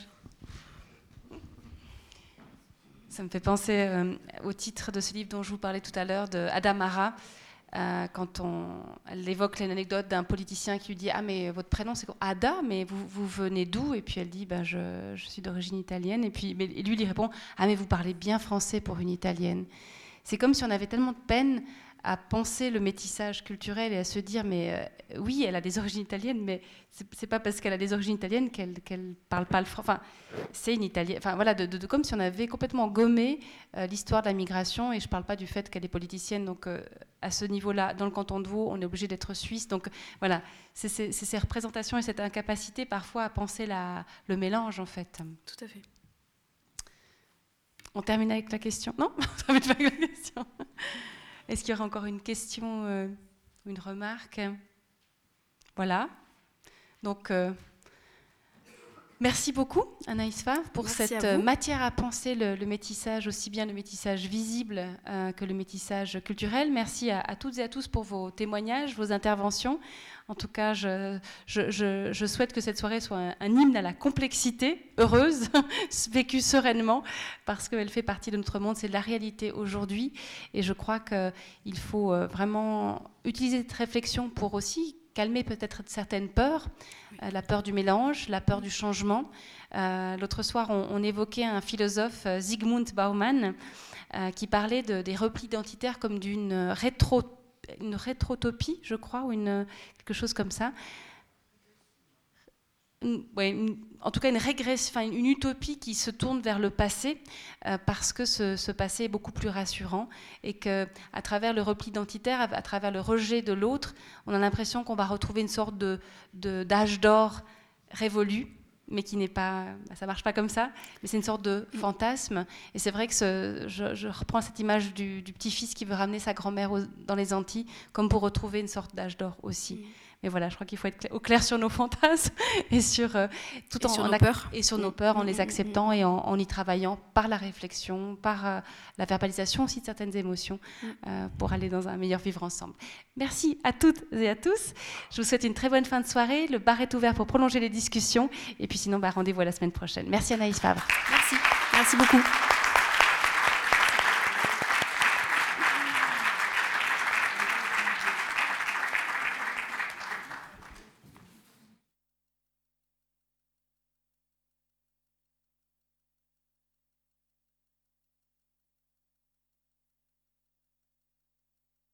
[SPEAKER 1] Ça me fait penser euh, au titre de ce livre dont je vous parlais tout à l'heure, de Adamara, euh, quand on, elle évoque l'anecdote d'un politicien qui lui dit « Ah, mais votre prénom, c'est quoi ? Ada, mais vous, vous venez d'où ?» Et puis elle dit ben, « je, je suis d'origine italienne. » Et puis mais, et lui, il lui répond « Ah, mais vous parlez bien français pour une italienne. » C'est comme si on avait tellement de peine à penser le métissage culturel et à se dire, mais euh, oui, elle a des origines italiennes, mais c'est, c'est pas parce qu'elle a des origines italiennes qu'elle, qu'elle parle pas le français. Enfin, c'est une italienne. Enfin, voilà, de, de, de, comme si on avait complètement gommé euh, l'histoire de la migration. Et je parle pas du fait qu'elle est politicienne. Donc, euh, à ce niveau-là, dans le canton de Vaud, on est obligé d'être suisse. Donc, voilà, c'est, c'est, c'est ces représentations et cette incapacité parfois à penser la, le mélange, en fait.
[SPEAKER 3] Tout à fait.
[SPEAKER 1] On termine avec la question ? Non ? On termine pas avec la question. Est-ce qu'il y aura encore une question ou euh, une remarque ? Voilà. Donc, euh, merci beaucoup, Anaïs Favre, pour
[SPEAKER 3] merci
[SPEAKER 1] cette à matière à penser le, le métissage, aussi bien le métissage visible euh, que le métissage culturel. Merci à, à toutes et à tous pour vos témoignages, vos interventions. En tout cas, je, je, je, je souhaite que cette soirée soit un, un hymne à la complexité, heureuse, vécue sereinement, parce qu'elle fait partie de notre monde, c'est de la réalité aujourd'hui. Et je crois qu'il faut vraiment utiliser cette réflexion pour aussi calmer peut-être certaines peurs, euh, la peur du mélange, la peur du changement. Euh, l'autre soir, on, on évoquait un philosophe, Zygmunt Bauman, euh, qui parlait de, des replis identitaires comme d'une rétro une rétrotopie, je crois, ou une, quelque chose comme ça. Une, ouais, une, en tout cas, une régression, enfin, une utopie qui se tourne vers le passé, euh, parce que ce, ce passé est beaucoup plus rassurant et qu'à travers le repli identitaire, à, à travers le rejet de l'autre, on a l'impression qu'on va retrouver une sorte de, de, d'âge d'or révolu, mais qui n'est pas, bah, ça marche pas comme ça, mais c'est une sorte de fantasme. Et c'est vrai que ce, je, je reprends cette image du, du petit-fils qui veut ramener sa grand-mère aux, dans les Antilles, comme pour retrouver une sorte d'âge d'or aussi. Mmh. Mais voilà, je crois qu'il faut être au clair sur nos fantasmes et sur euh, tout
[SPEAKER 3] et
[SPEAKER 1] en,
[SPEAKER 3] sur
[SPEAKER 1] en
[SPEAKER 3] nos peurs
[SPEAKER 1] et sur nos peurs, en les acceptant et en, en y travaillant par la réflexion, par euh, la verbalisation aussi de certaines émotions, euh, pour aller dans un meilleur vivre ensemble. Merci à toutes et à tous. Je vous souhaite une très bonne fin de soirée. Le bar est ouvert pour prolonger les discussions. Et puis sinon, bah, rendez-vous à la semaine prochaine. Merci Anaïs Favre.
[SPEAKER 3] Merci. Merci beaucoup.